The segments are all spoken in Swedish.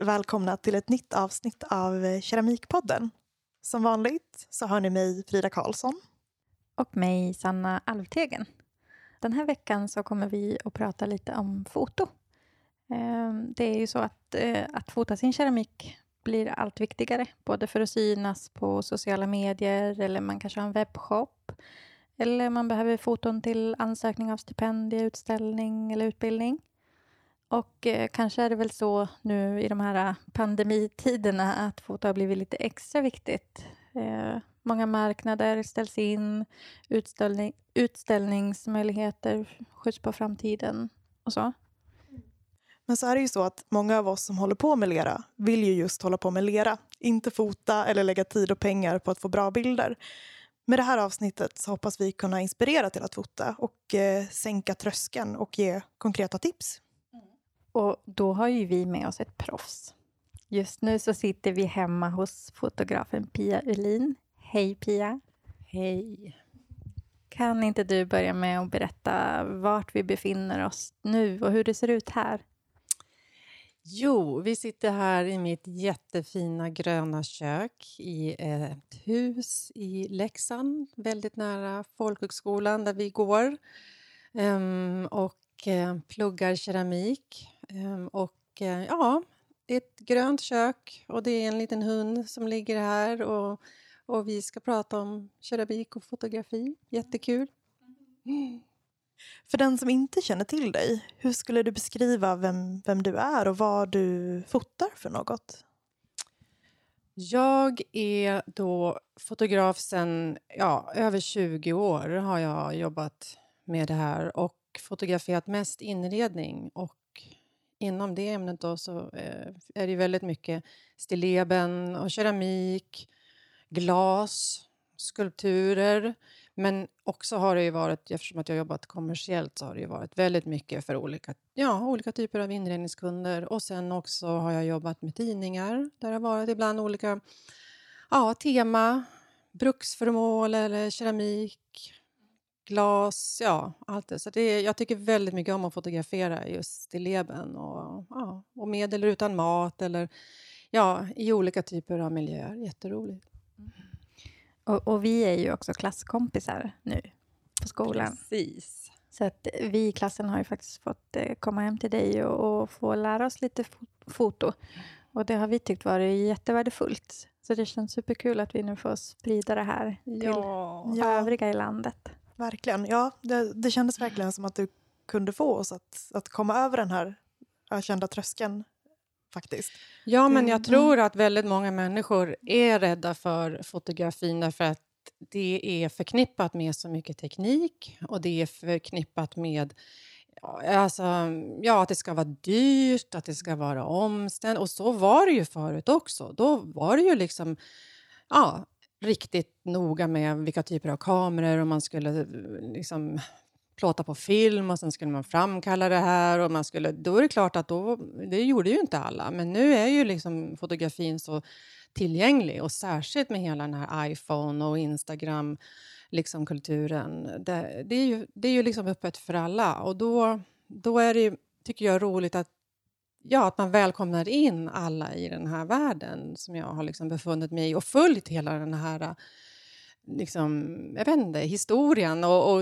välkomna till ett nytt avsnitt av Keramikpodden. Som vanligt så har ni mig, Frida Karlsson. Och mig, Sanna Alvtegen. Den här veckan så kommer vi att prata lite om foto. Det är ju så att fota sin keramik blir allt viktigare. Både för att synas på sociala medier, eller man kanske har en webbshop. Eller man behöver foton till ansökning av stipendier, utställning eller utbildning. Och kanske är det väl så nu i de här pandemitiderna att foto har blivit lite extra viktigt. Många marknader ställs in, utställningsmöjligheter skjuts på framtiden och så. Men så är det ju så att många av oss som håller på med lera vill ju just hålla på med lera. Inte fota eller lägga tid och pengar på att få bra bilder. Med det här avsnittet så hoppas vi kunna inspirera till att fota och sänka tröskeln och ge konkreta tips. Och då har ju vi med oss ett proffs. Just nu så sitter vi hemma hos fotografen Pia Uhlin. Hej Pia. Hej. Kan inte du börja med att berätta vart vi befinner oss nu och hur det ser ut här? Jo, vi sitter här i mitt jättefina gröna kök i ett hus i Leksand. Väldigt nära folkhögskolan där vi går. Och pluggar keramik. Ja, det är ett grönt kök och det är en liten hund som ligger här. Och vi ska prata om keramik och fotografi. Jättekul. För den som inte känner till dig, hur skulle du beskriva vem du är och vad du fotar för något? Jag är då fotograf sedan över 20 år har jag jobbat med det här och fotograferat mest inredning. Och inom det ämnet då så är det väldigt mycket stilleben och keramik, glas, skulpturer. Men också har det ju varit, eftersom att jag jobbat kommersiellt så har det ju varit väldigt mycket för olika typer av inredningskunder. Och sen också har jag jobbat med tidningar där det har varit ibland olika tema, bruksföremål eller keramik, glas, allt det. Så jag tycker väldigt mycket om att fotografera just stilleben och med eller utan mat eller i olika typer av miljöer. Jätteroligt. Och vi är ju också klasskompisar nu på skolan. Precis. Så att vi i klassen har ju faktiskt fått komma hem till dig och få lära oss lite foto. Och det har vi tyckt varit jättevärdefullt. Så det känns superkul att vi nu får sprida det här till övriga i landet. Verkligen, ja. Det kändes verkligen som att du kunde få oss att komma över den här ökända tröskeln. Faktiskt. Ja, men jag tror att väldigt många människor är rädda för fotografin därför att det är förknippat med så mycket teknik och det är förknippat med att det ska vara dyrt, att det ska vara omständigt. Och så var det ju förut också. Då var det ju liksom riktigt noga med vilka typer av kameror och man skulle liksom plåta på film och sen skulle man framkalla det här och då är det klart att det gjorde ju inte alla, men nu är ju liksom fotografin så tillgänglig och särskilt med hela den här iPhone och Instagram liksom kulturen, det är ju liksom öppet för alla och då är det, tycker jag, roligt att man välkomnar in alla i den här världen som jag har liksom befunnit mig i och följt hela den här liksom, jag vet inte, historien och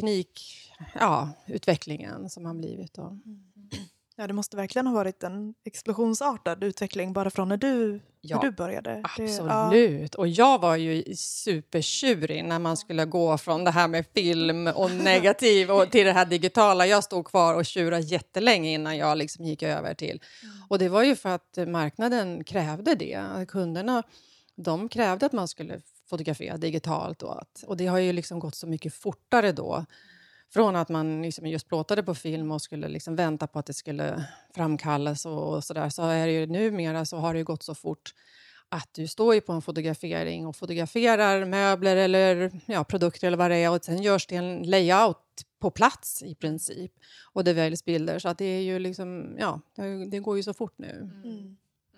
utvecklingen som har blivit då. Ja, det måste verkligen ha varit en explosionsartad utveckling bara från när du började. Absolut. Och jag var ju supertjurig när man skulle gå från det här med film och negativ och till det här digitala. Jag stod kvar och tjurade jättelänge innan jag liksom gick över till. Och det var ju för att marknaden krävde det. Kunderna, de krävde att man skulle fotografera digitalt och det har ju liksom gått så mycket fortare då. Från att man liksom just plåtade på film och skulle liksom vänta på att det skulle framkallas och sådär. Så är det ju numera så har det ju gått så fort att du står ju på en fotografering och fotograferar möbler eller produkter eller vad det är. Och sen görs det en layout på plats i princip. Och det väljs bilder. Så att det är ju liksom, det går ju så fort nu. Mm.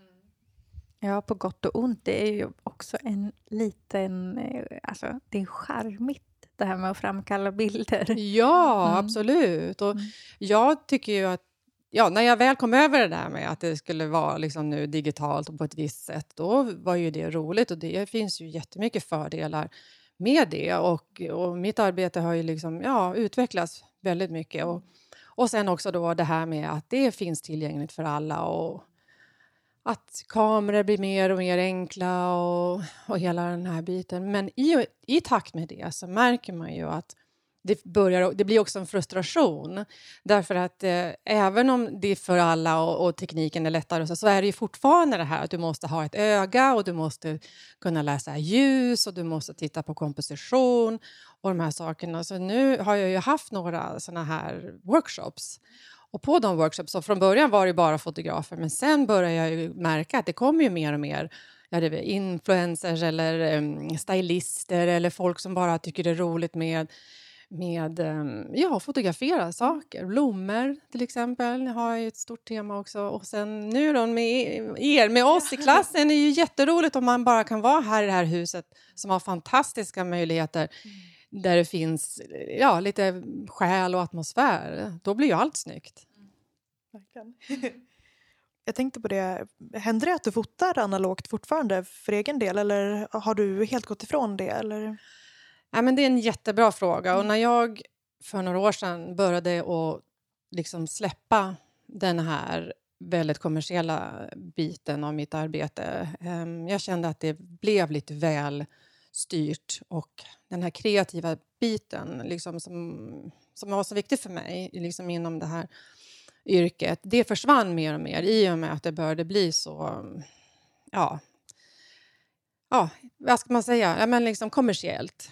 Ja, på gott och ont. Det är ju också en liten, det är charmigt det här med att framkalla bilder. Ja, absolut. Och jag tycker ju att när jag väl kom över det där med att det skulle vara liksom nu digitalt och på ett visst sätt, då var ju det roligt, och det finns ju jättemycket fördelar med det, och mitt arbete har ju liksom, utvecklats väldigt mycket, och sen också då det här med att det finns tillgängligt för alla, och att kameror blir mer och mer enkla och hela den här biten. Men i takt med det så märker man ju att det blir också en frustration. Därför att även om det är för alla och tekniken är lättare, så är det ju fortfarande det här att du måste ha ett öga, och du måste kunna läsa ljus, och du måste titta på komposition och de här sakerna. Så nu har jag ju haft några såna här workshops. Och på de workshops, så från början var det bara fotografer, men sen började jag ju märka att det kommer ju mer och mer influencers eller stylister, eller folk som bara tycker det är roligt med fotografera saker. Blommor till exempel har ju ett stort tema också. Och sen nu då med oss i klassen är ju jätteroligt om man bara kan vara här i det här huset som har fantastiska möjligheter. Där det finns lite själ och atmosfär. Då blir ju allt snyggt. Verkligen. Jag tänkte på det. Händer det att du fotar analogt fortfarande för egen del? Eller har du helt gått ifrån det? Eller? Ja, men det är en jättebra fråga. Och när jag för några år sedan började att liksom släppa den här väldigt kommersiella biten av mitt arbete. Jag kände att det blev lite väl styrt, och den här kreativa biten liksom, som var så viktig för mig liksom, inom det här yrket, det försvann mer och mer i och med att det började bli så vad ska man säga, men liksom kommersiellt.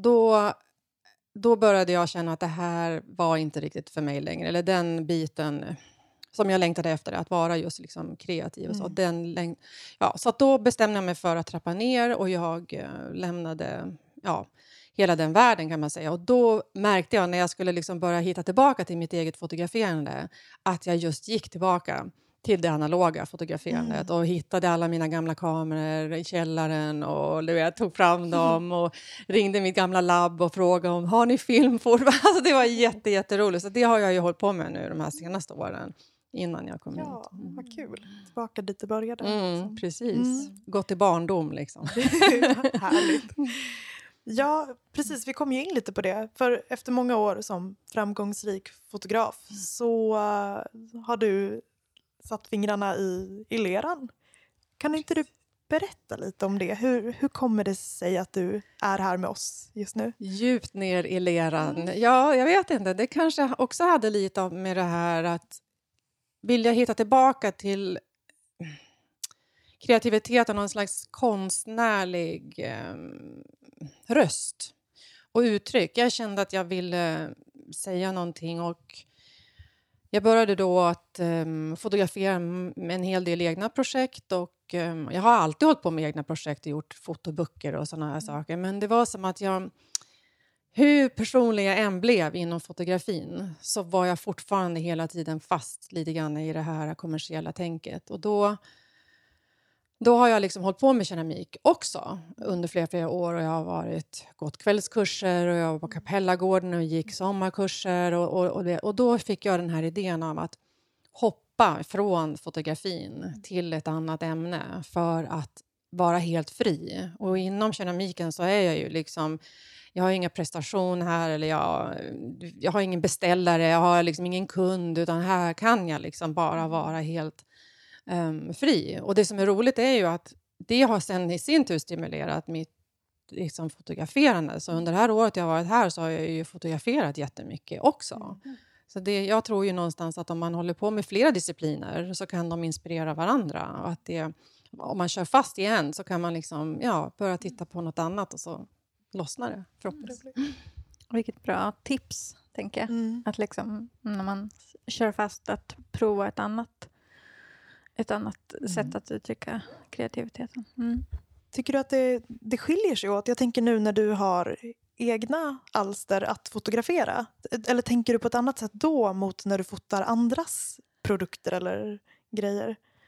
Då började jag känna att det här var inte riktigt för mig längre, eller den biten som jag längtade efter, att vara just liksom kreativ och så. Så att då bestämde jag mig för att trappa ner, och jag lämnade hela den världen, kan man säga. Och då märkte jag, när jag skulle liksom börja hitta tillbaka till mitt eget fotograferande, att jag just gick tillbaka till det analoga fotograferandet och hittade alla mina gamla kameror i källaren, och tog fram dem och ringde mitt gamla labb och frågade om, har ni film? Alltså det var jätteroligt. Så det har jag ju hållit på med nu de här senaste åren innan jag kom ut. Vad kul. Tillbaka dit det började. Precis. Gått till barndom liksom. Härligt. Ja, precis. Vi kom ju in lite på det. För efter många år som framgångsrik fotograf så har du satt fingrarna i leran. Kan inte du berätta lite om det? Hur kommer det sig att du är här med oss just nu? Djupt ner i leran. Ja, jag vet inte. Det kanske också hade lite med det här att vilja hitta tillbaka till kreativitet och någon slags konstnärlig röst och uttryck. Jag kände att jag ville säga någonting, och jag började då att fotografera en hel del egna projekt, och jag har alltid hållit på med egna projekt och gjort fotoböcker och sådana här saker. Men det var som att hur personlig jag än blev inom fotografin, så var jag fortfarande hela tiden fast lite grann i det här kommersiella tänket. Och då har jag liksom hållit på med keramik också under flera år, och jag har gått kvällskurser, och jag var på Kapellagården och gick sommarkurser, och då fick jag den här idén av att hoppa från fotografin till ett annat ämne för att vara helt fri. Och inom keramiken så är jag ju liksom, jag har inga prestation här, eller jag har ingen beställare, jag har liksom ingen kund, utan här kan jag liksom bara vara helt fri. Och det som är roligt är ju att det har sen i sin tur stimulerat mitt liksom fotograferande. Så under det här året jag har varit här så har jag ju fotograferat jättemycket också. Så jag tror ju någonstans att om man håller på med flera discipliner så kan de inspirera varandra. Och att om man kör fast i en så kan man liksom, börja titta på något annat, och så lossnar det förhoppningsvis. Vilket bra tips, tänker jag. Att liksom, när man kör fast, att prova ett annat sätt att uttrycka kreativiteten. Tycker du att det skiljer sig åt? Jag tänker nu när du har egna alster att fotografera. Eller tänker du på ett annat sätt då mot när du fotar andras produkter eller grejer?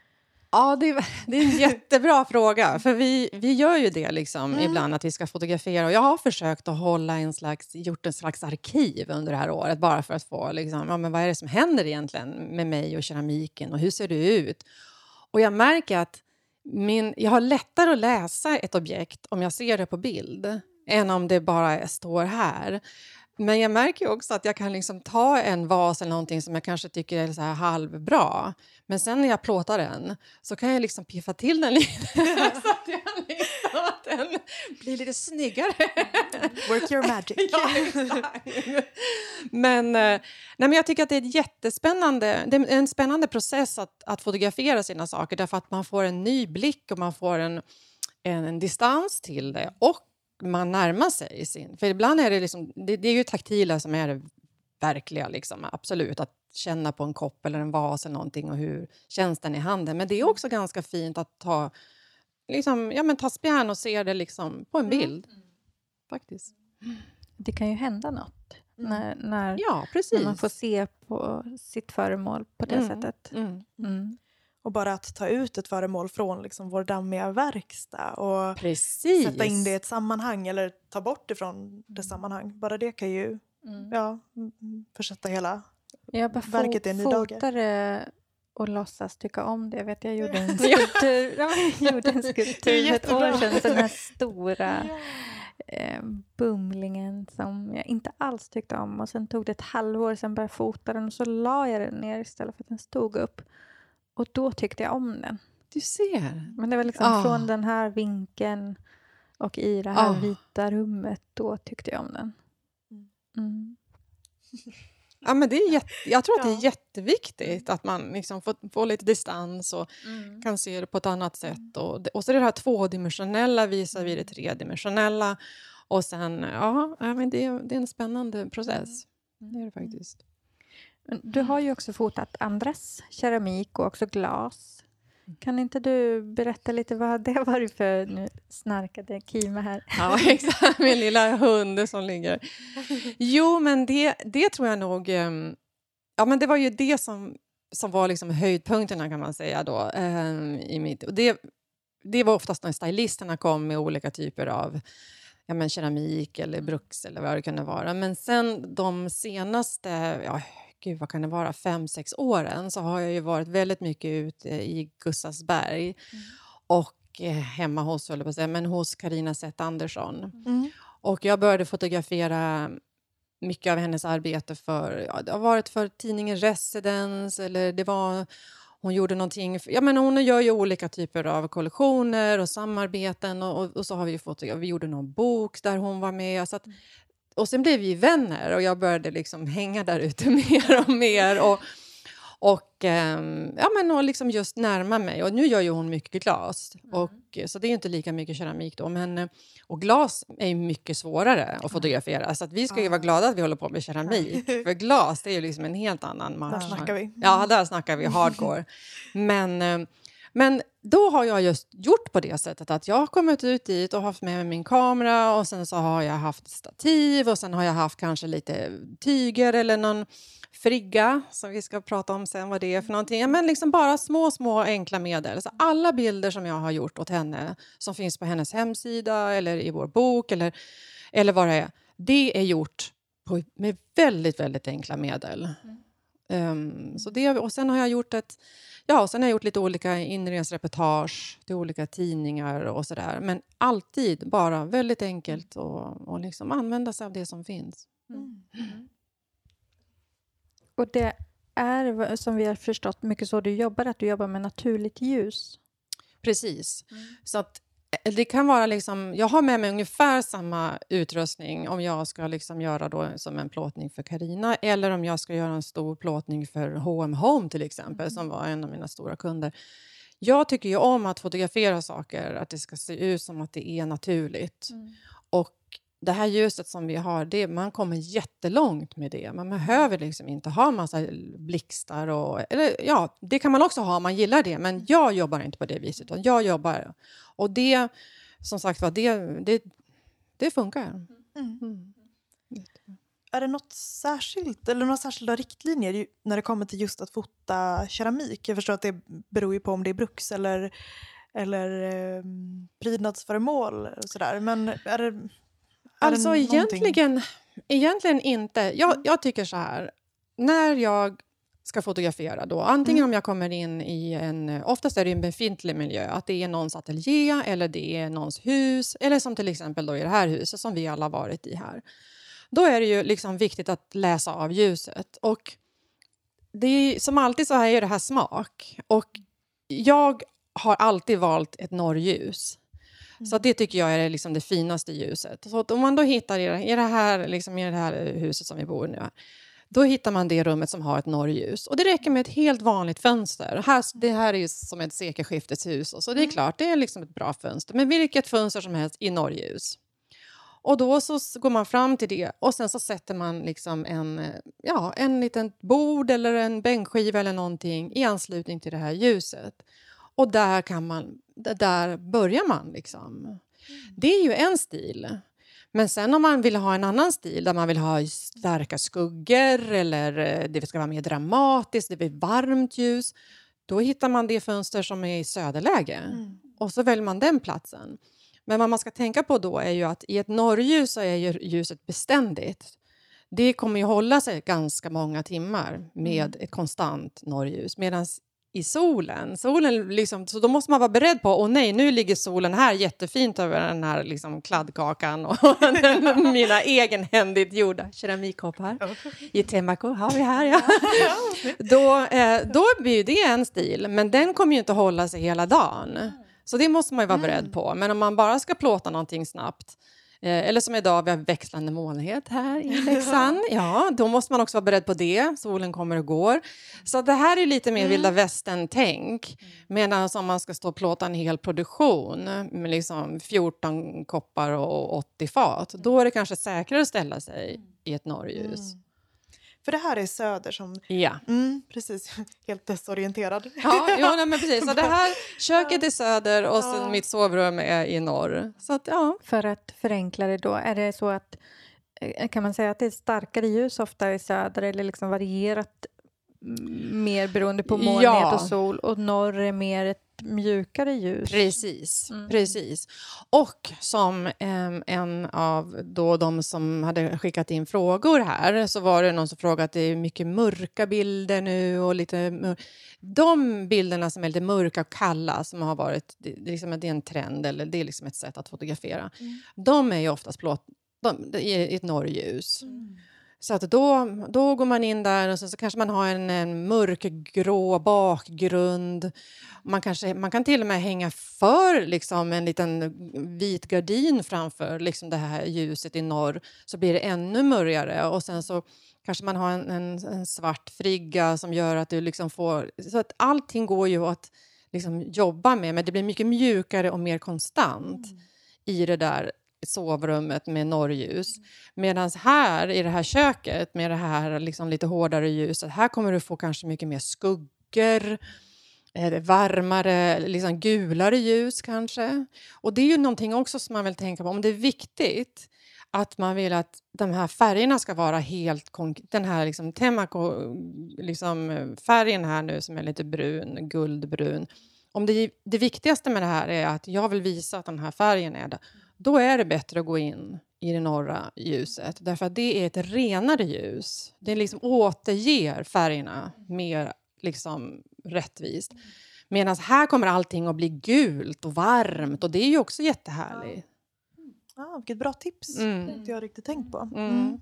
Ja, det är en jättebra fråga. För vi gör ju det liksom ibland, att vi ska fotografera. Och jag har försökt att gjort en slags arkiv under det här året. Bara för att få, liksom, men vad är det som händer egentligen med mig och keramiken? Och hur ser det ut? Och jag märker att jag har lättare att läsa ett objekt om jag ser det på bild. Än om det bara står här. Men jag märker också att jag kan liksom ta en vas eller någonting som jag kanske tycker är så här halvbra. Men sen när jag plåtar den så kan jag liksom piffa till den lite. Så att den blir lite snyggare. Work your magic. Ja, exakt. Men jag tycker att det är en spännande process att fotografera sina saker. Därför att man får en ny blick och man får en distans till det. Och man närmar sig sin. För ibland är det liksom, det är ju taktila som är det verkliga liksom, absolut, att känna på en kopp eller en vas eller någonting och hur känns den i handen. Men det är också ganska fint att ta spjärn och se det liksom på en bild. Faktiskt. Det kan ju hända något när man får se på sitt föremål på det sättet. Och bara att ta ut ett föremål från liksom vår dammiga verkstad och sätta in det i ett sammanhang eller ta bort ifrån det sammanhang. Bara det kan ju försätta hela verket i en ny dager. Jag fotade och låtsas tycka om det. Jag gjorde en skulptur. För ett år sedan. Den här stora bumlingen som jag inte alls tyckte om. Och sen tog det ett halvår, sen började jag fota den och så la jag den ner istället för att den stod upp. Och då tyckte jag om den. Du ser. Men det var liksom från den här vinkeln och i det här vita rummet, då tyckte jag om den. Ja, men jag tror att det är jätteviktigt att man liksom får lite distans och kan se det på ett annat sätt. Och så är det här tvådimensionella visar vi det tredimensionella. Och sen, men det är en spännande process. Det är det faktiskt. Du har ju också fotat andras keramik och också glas. Kan inte du berätta lite vad det var för, nu snarkade Kima här. Ja, exakt. Min lilla hund som ligger. Jo, men det tror jag nog... men det var ju det som var liksom höjdpunkterna kan man säga då. I mitt, och det var oftast när stylisterna kom med olika typer av keramik eller bruks eller vad det kunde vara. Men sen de senaste... vad kan det vara, 5-6 åren så har jag ju varit väldigt mycket ute i Gustavsberg och hemma hos Carina Zett Andersson. Och jag började fotografera mycket av hennes arbete det har varit för tidningen Residence eller hon gjorde någonting, hon gör ju olika typer av kollektioner och samarbeten och så har vi gjorde någon bok där hon var med så att. Och sen blev vi vänner och jag började liksom hänga där ute mer och mer och liksom just närma mig. Och nu gör ju hon mycket glas. Så det är ju inte lika mycket keramik då. Och glas är ju mycket svårare att fotografera. Så att vi ska ju vara glada att vi håller på med keramik. För glas, det är ju liksom en helt annan match. Där snackar vi. Ja, där snackar vi hardcore. Men då har jag just gjort på det sättet att jag har kommit ut dit och haft med mig min kamera och sen så har jag haft stativ och sen har jag haft kanske lite tyger eller någon frigga som vi ska prata om sen vad det är för någonting. Men liksom bara små enkla medel. Så alla bilder som jag har gjort åt henne som finns på hennes hemsida eller i vår bok eller vad det är gjort med väldigt, väldigt enkla medel. Så det, och sen har jag gjort sen har jag gjort lite olika inredningsreportage till olika tidningar och sådär. Men alltid bara väldigt enkelt och liksom använda sig av det som finns. Och det är, som vi har förstått, mycket så du jobbar, att du jobbar med naturligt ljus. Precis. Så att det kan vara liksom, jag har med mig ungefär samma utrustning om jag ska liksom göra då som en plåtning för Carina eller om jag ska göra en stor plåtning för H&M Home till exempel som var en av mina stora kunder. Jag tycker ju om att fotografera saker, att det ska se ut som att det är naturligt. Och det här ljuset som vi har, man kommer jättelångt med det. Man behöver liksom inte ha massa blixtar. Det kan man också ha om man gillar det. Men jag jobbar inte på det viset. Utan jag jobbar. Och det, som sagt var, det funkar. är det något särskilt eller några särskilda riktlinjer när det kommer till just att fota keramik? Jag förstår att det beror ju på om det är bruks eller prydnadsföremål och sådär. Men är det Alltså någonting? egentligen inte. Jag tycker så här. När jag ska fotografera då, antingen om jag kommer in i oftast är det en befintlig miljö, att det är någons ateljé eller det är någons hus, eller som till exempel då i det här huset som vi alla varit i här. Då är det ju liksom viktigt att läsa av ljuset. Och det är, som alltid så här är det här smak. Och jag har alltid valt ett norrljus. Så det tycker jag är liksom det finaste ljuset. Så att om man då hittar i det här huset som vi bor i nu, då hittar man det rummet som har ett norrljus. Och det räcker med ett helt vanligt fönster. Det här är ju som ett sekelskifteshus. Så det är klart, det är liksom ett bra fönster. Men vilket fönster som helst i norrljus. Och då så går man fram till det. Och sen så sätter man liksom en liten bord eller en bänkskiva eller någonting i anslutning till det här ljuset. Och där börjar man liksom. Det är ju en stil. Men sen om man vill ha en annan stil där man vill ha starka skuggor eller det ska vara mer dramatiskt, det blir varmt ljus, då hittar man det fönster som är i söderläge. Och så väljer man den platsen. Men vad man ska tänka på då är ju att i ett norrljus så är ju ljuset beständigt. Det kommer ju hålla sig ganska många timmar med ett konstant norrljus. Medan i solen liksom, så då måste man vara beredd på, nej, nu ligger solen här jättefint över den här liksom kladdkakan och mina egenhändigt gjorda keramikkoppar i Temako har vi här. Ja. Då blir det en stil, men den kommer ju inte hålla sig hela dagen. Så det måste man ju vara beredd på. Men om man bara ska plåta någonting snabbt, eller som idag, vi har växlande molnighet här i Leksand. Ja, då måste man också vara beredd på det. Solen kommer och går. Så det här är lite mer vilda västern-tänk. Medan om man ska stå och plåta en hel produktion med liksom 14 koppar och 80 fat. Då är det kanske säkrare att ställa sig i ett norrljus. För det här är söder som... Ja. Precis, helt desorienterad. Ja, men precis. Så det här köket är söder och så mitt sovrum är i norr. Så att, ja. För att förenkla det då, är det så att kan man säga att det är starkare ljus ofta i söder eller liksom varierat mer beroende på molnighet och sol, och norr är mer ett mjukare ljus? Precis. Och som en av då de som hade skickat in frågor här, så var det någon som frågade att det är mycket mörka bilder nu och lite de bilderna som är lite mörka och kalla som har varit, det är en trend eller det är liksom ett sätt att fotografera. De är ju oftast i ett norrljus. Så att då går man in där och så kanske man har en mörkgrå bakgrund. Man kan till och med hänga för liksom en liten vit gardin framför liksom det här ljuset i norr. Så blir det ännu mörkare. Och sen så kanske man har en svart frigga som gör att du liksom får... Så att allting går ju att liksom jobba med. Men det blir mycket mjukare och mer konstant i det där sovrummet med norrljus. Medan här i det här köket med det här liksom lite hårdare ljuset, här kommer du få kanske mycket mer skuggor, varmare, liksom gulare ljus kanske. Och det är ju någonting också som man vill tänka på. Om det är viktigt att man vill att de här färgerna ska vara helt... Den här liksom Temako liksom färgen här nu som är lite brun, guldbrun. Om det viktigaste med det här är att jag vill visa att den här färgen är det. Då är det bättre att gå in i det norra ljuset. Därför att det är ett renare ljus. Det liksom återger färgerna mer liksom rättvist. Medan här kommer allting att bli gult och varmt. Och det är ju också jättehärligt. Vilket bra tips. Det har inte jag riktigt tänkt på.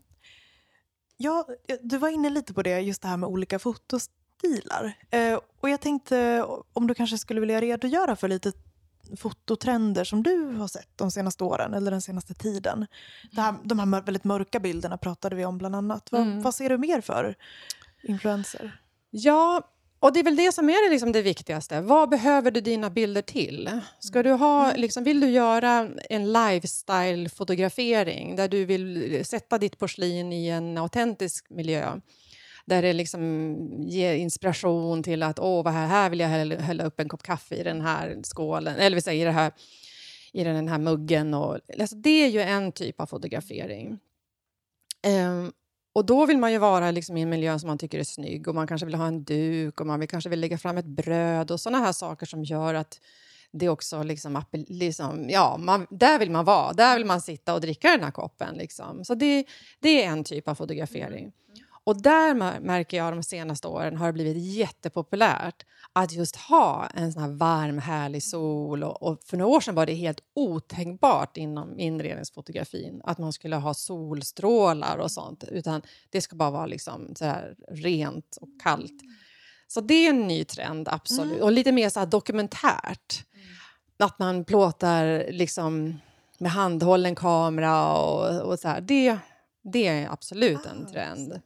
Ja, du var inne lite på det, just det här med olika fotostilar. Och jag tänkte om du kanske skulle vilja redogöra för lite fototrender som du har sett de senaste åren eller den senaste tiden. De här väldigt mörka bilderna pratade vi om bland annat. Vad ser du mer för influenser? Ja, och det är väl det som är liksom det viktigaste. Vad behöver du dina bilder till? Ska du ha, liksom, vill du göra en lifestyle-fotografering där du vill sätta ditt porslin i en autentisk miljö? Där det liksom ger inspiration till att vad här vill jag hälla upp en kopp kaffe i den här skålen. Eller vi säger i den här muggen. Och, alltså det är ju en typ av fotografering. Och då vill man ju vara liksom i en miljö som man tycker är snygg. Och man kanske vill ha en duk och man kanske vill lägga fram ett bröd. Och sådana här saker som gör att det också liksom där vill man vara. Där vill man sitta och dricka den här koppen. Liksom. Så det är en typ av fotografering. Och där märker jag de senaste åren har det blivit jättepopulärt att just ha en sån här varm, härlig sol. Och för några år sedan var det helt otänkbart inom inredningsfotografin att man skulle ha solstrålar och sånt. Utan det ska bara vara liksom så här rent och kallt. Så det är en ny trend, absolut. Och lite mer så här dokumentärt. Att man plåtar liksom med handhållen kamera och så här. Det är absolut en trend.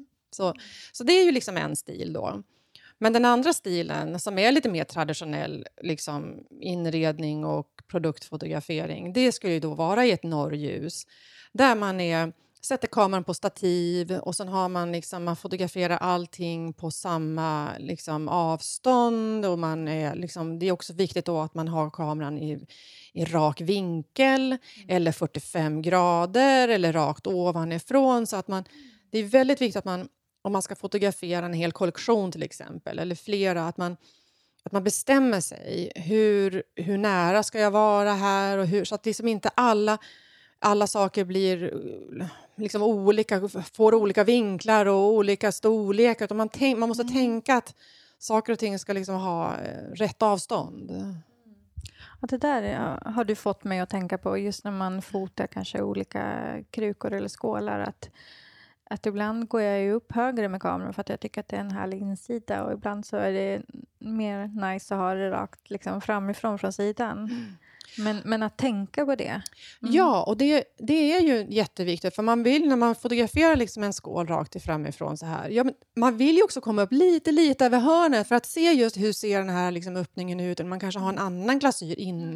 Så det är ju liksom en stil då. Men den andra stilen som är lite mer traditionell liksom inredning och produktfotografering, det skulle ju då vara i ett norrljus. Där man sätter kameran på stativ och sen har man liksom, man fotograferar allting på samma liksom avstånd och man är liksom, det är också viktigt då att man har kameran i rak vinkel eller 45 grader eller rakt ovanifrån så att det är väldigt viktigt att man, om man ska fotografera en hel kollektion till exempel eller flera, att man bestämmer sig hur nära ska jag vara här och så att liksom inte alla saker blir liksom olika, får olika vinklar och olika storlekar. Utan man måste tänka att saker och ting ska liksom ha rätt avstånd. Och det där har du fått mig att tänka på just när man fotar kanske olika krukor eller skålar. Att ibland går jag ju upp högre med kameran för att jag tycker att det är en härlig insida. Och ibland så är det mer nice att ha det rakt liksom framifrån från sidan. Men att tänka på det. Ja, och det är ju jätteviktigt. För man vill när man fotograferar liksom en skål rakt framifrån så här. Ja, men man vill ju också komma upp lite över hörnet för att se just hur ser den här liksom öppningen ut. Man kanske har en annan glasyr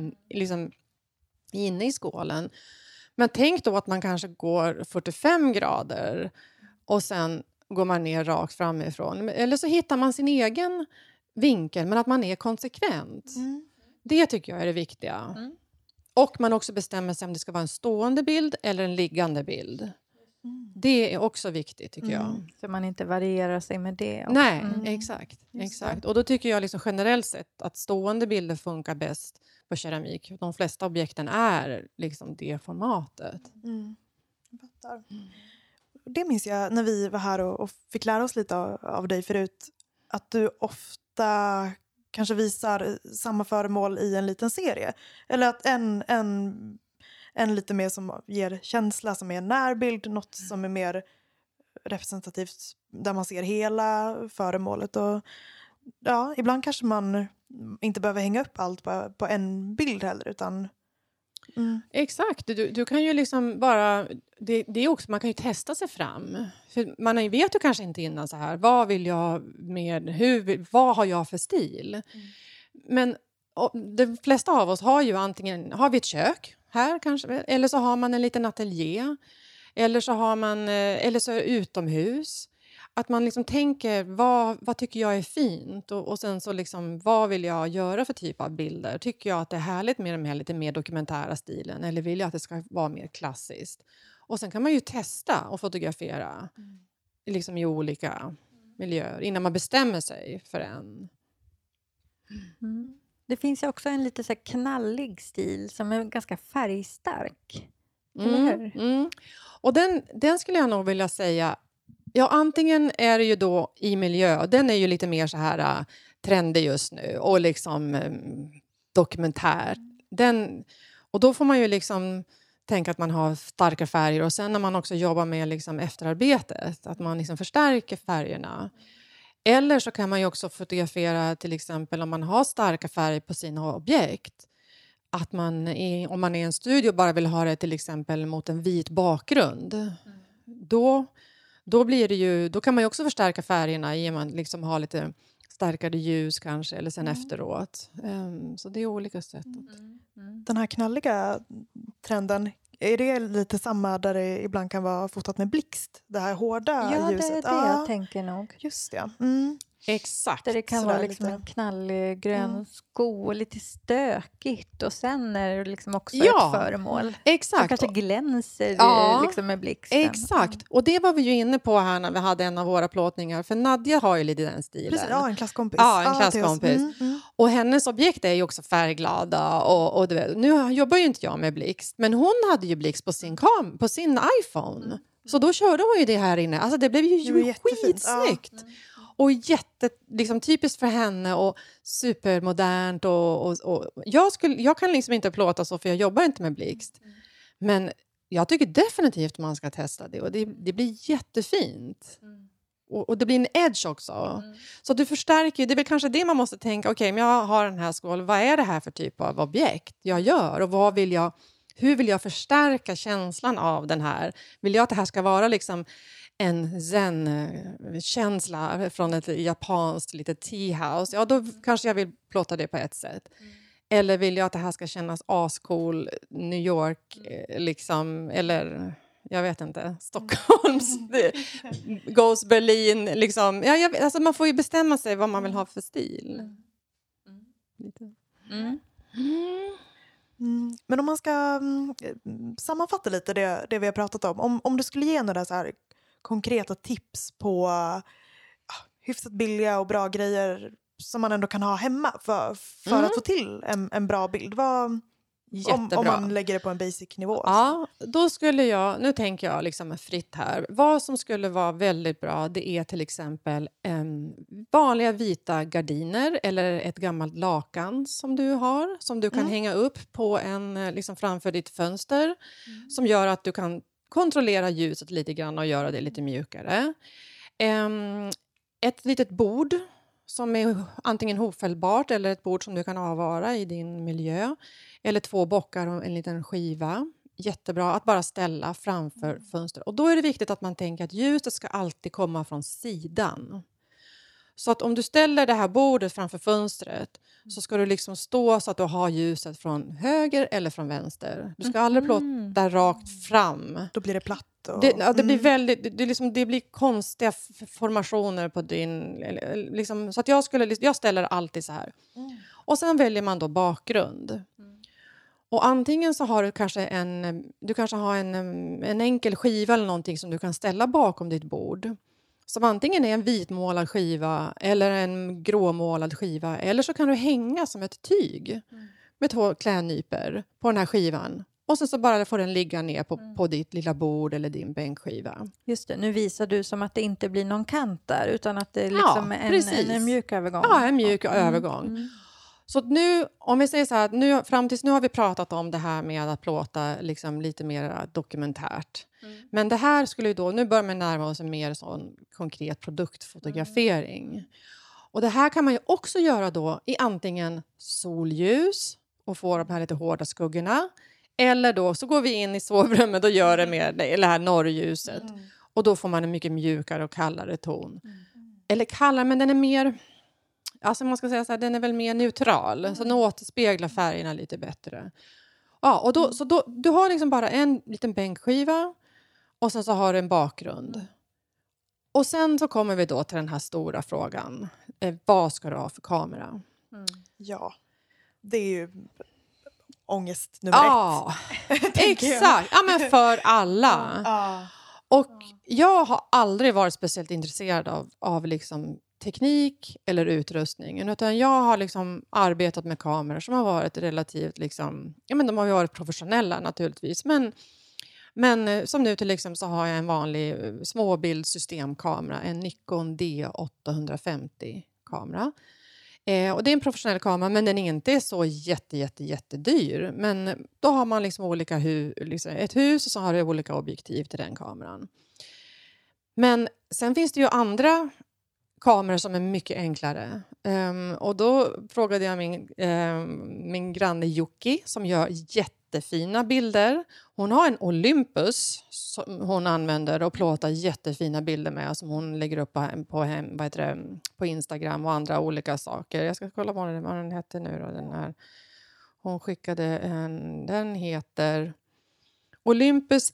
inne i skålen. Men tänk då att man kanske går 45 grader och sen går man ner rakt framifrån. Eller så hittar man sin egen vinkel men att man är konsekvent. Det tycker jag är det viktiga. Och man också bestämmer sig om det ska vara en stående bild eller en liggande bild. Det är också viktigt tycker jag. Så man inte varierar sig med det. Också. Nej, exakt. Och då tycker jag liksom generellt sett att stående bilder funkar bäst på keramik. De flesta objekten är liksom det formatet. Jag fattar. Det minns jag när vi var här och fick lära oss lite av dig förut. Att du ofta kanske visar samma föremål i en liten serie. Eller att en lite mer som ger känsla som är en närbild. Något som är mer representativt där man ser hela föremålet. Och ja, ibland kanske man inte behöver hänga upp allt på en bild heller utan... Exakt, du kan ju liksom bara det är också, man kan ju testa sig fram för man vet ju kanske inte innan så här, vad vill jag vad har jag för stil men de flesta av oss har ju antingen har vi ett kök här kanske eller så har man en liten ateljé eller så har man eller så är det utomhus. Att man liksom tänker, vad tycker jag är fint? Och sen så liksom, vad vill jag göra för typ av bilder? Tycker jag att det är härligt med den här lite mer dokumentära stilen? Eller vill jag att det ska vara mer klassiskt? Och sen kan man ju testa och fotografera liksom i olika miljöer innan man bestämmer sig för en. Det finns ju också en lite så här knallig stil som är ganska färgstark. Eller hur? Och den skulle jag nog vilja säga. Ja, antingen är det ju då i miljö. Den är ju lite mer så här trendig just nu. Och liksom dokumentär. Och då får man ju liksom tänka att man har starka färger. Och sen när man också jobbar med liksom efterarbetet. Att man liksom förstärker färgerna. Eller så kan man ju också fotografera till exempel om man har starka färger på sina objekt. Att man om man är i en studio bara vill ha det till exempel mot en vit bakgrund. Då blir det ju, då kan man ju också förstärka färgerna i man liksom har lite starkare ljus kanske eller sen efteråt. Så det är olika sätt. Den här knalliga trenden, är det lite samma där det ibland kan vara fotat med blixt? Det här hårda ljuset? Ja, det är det jag tänker nog. Just det. Exakt. Där det kan Sådär vara liksom lite. en knallgrön Mm. sko och lite stökigt. Och sen är det liksom också Ja. ett föremål. Som Exakt. kanske glänser Ja, liksom med blixten. Exakt. Och det var vi ju inne på här när vi hade en av våra plåtningar. För Nadja har ju lite den stilen. Precis, ja, en klasskompis. Ja, en till oss. klasskompis. Och hennes objekt är ju också färgglada. Och du vet, nu jobbar ju inte jag med blixt. Men hon hade ju blixt på sin iPhone. Så då körde hon ju det här inne. Alltså det blev ju Det var jättefint. skitsnyggt. Och liksom, typiskt för henne och supermodernt. Och jag kan liksom inte plåta så för jag jobbar inte med blixt. Men jag tycker definitivt man ska testa det. Och det blir jättefint. Och det blir en edge också. Så du förstärker ju. Det är väl kanske det man måste tänka. Okej, men jag har den här skålen. Vad är det här för typ av objekt jag gör? Och hur vill jag förstärka känslan av den här? Vill jag att det här ska vara liksom en zen-känsla från ett japanskt litet teahouse? Ja, då kanske jag vill plåta det på ett sätt. Eller vill jag att det här ska kännas ascool New York liksom, eller jag vet inte, Stockholms Goes Berlin liksom. Alltså man får ju bestämma sig vad man vill ha för stil. Lite. Men om man ska sammanfatta lite det vi har pratat om du skulle ge några så här konkreta tips på hyfsat billiga och bra grejer som man ändå kan ha hemma för att få till en bra bild. Om man lägger det på en basic nivå. Ja, då skulle nu tänker jag liksom fritt här. Vad som skulle vara väldigt bra, det är till exempel vanliga vita gardiner eller ett gammalt lakan som du har. Som du kan hänga upp på liksom framför ditt fönster. Som gör att du kan kontrollera ljuset lite grann och göra det lite mjukare. Ett litet bord som är antingen hopfällbart eller ett bord som du kan avvara i din miljö. Eller 2 bockar och en liten skiva. Jättebra att bara ställa framför fönstret. Och då är det viktigt att man tänker att ljuset ska alltid komma från sidan. Så att om du ställer det här bordet framför fönstret så ska du liksom stå så att du har ljuset från höger eller från vänster. Du ska aldrig plåta rakt fram. Då blir det platt. Det blir väldigt, det blir konstiga formationer på din... Liksom, så att jag ställer alltid så här. Och sen väljer man då bakgrund. Och antingen så har du kanske en enkel skiva eller någonting som du kan ställa bakom ditt bord. Som antingen är en vitmålad skiva eller en gråmålad skiva. Eller så kan du hänga som ett tyg med 2 klädnyper på den här skivan. Och sen så bara får den ligga ner på ditt lilla bord eller din bänkskiva. Just det, nu visar du som att det inte blir någon kant där utan att det är liksom en mjuk övergång. Ja, en mjuk övergång. Så nu, om vi säger så här, fram tills nu har vi pratat om det här med att plåta liksom lite mer dokumentärt. Men det här skulle ju då, nu börjar man närma oss en mer sån konkret produktfotografering. Och det här kan man ju också göra då i antingen solljus och få de här lite hårda skuggorna. Eller då så går vi in i sovrummet och gör det med det här norrljuset. Och då får man en mycket mjukare och kallare ton. Eller kallare, men den är mer... Alltså man ska säga så här, den är väl mer neutral. Så den återspeglar färgerna lite bättre. Ja, och då du har liksom bara en liten bänkskiva. Och sen så har du en bakgrund. Och sen så kommer vi då till den här stora frågan. Vad ska du ha för kamera? Ja, det är ju ångest nummer 1. Exakt. Ja, men för alla. Och jag har aldrig varit speciellt intresserad av liksom teknik eller utrustning. Utan jag har liksom arbetat med kameror som har varit relativt liksom, ja men de har ju varit professionella naturligtvis. Men som nu till exempel så har jag en vanlig småbildssystemkamera. En Nikon D850-kamera. Och det är en professionell kamera men den är inte så jättedyr. Men då har man liksom olika ett hus och så har det olika objektiv till den kameran. Men sen finns det ju andra kameror som är mycket enklare. Och då frågade jag min granne Jocki som gör jättefina bilder. Hon har en Olympus som hon använder och plåtar jättefina bilder med som hon lägger upp på Instagram och andra olika saker. Jag ska kolla vad den heter nu då. Den här. Hon skickade den heter Olympus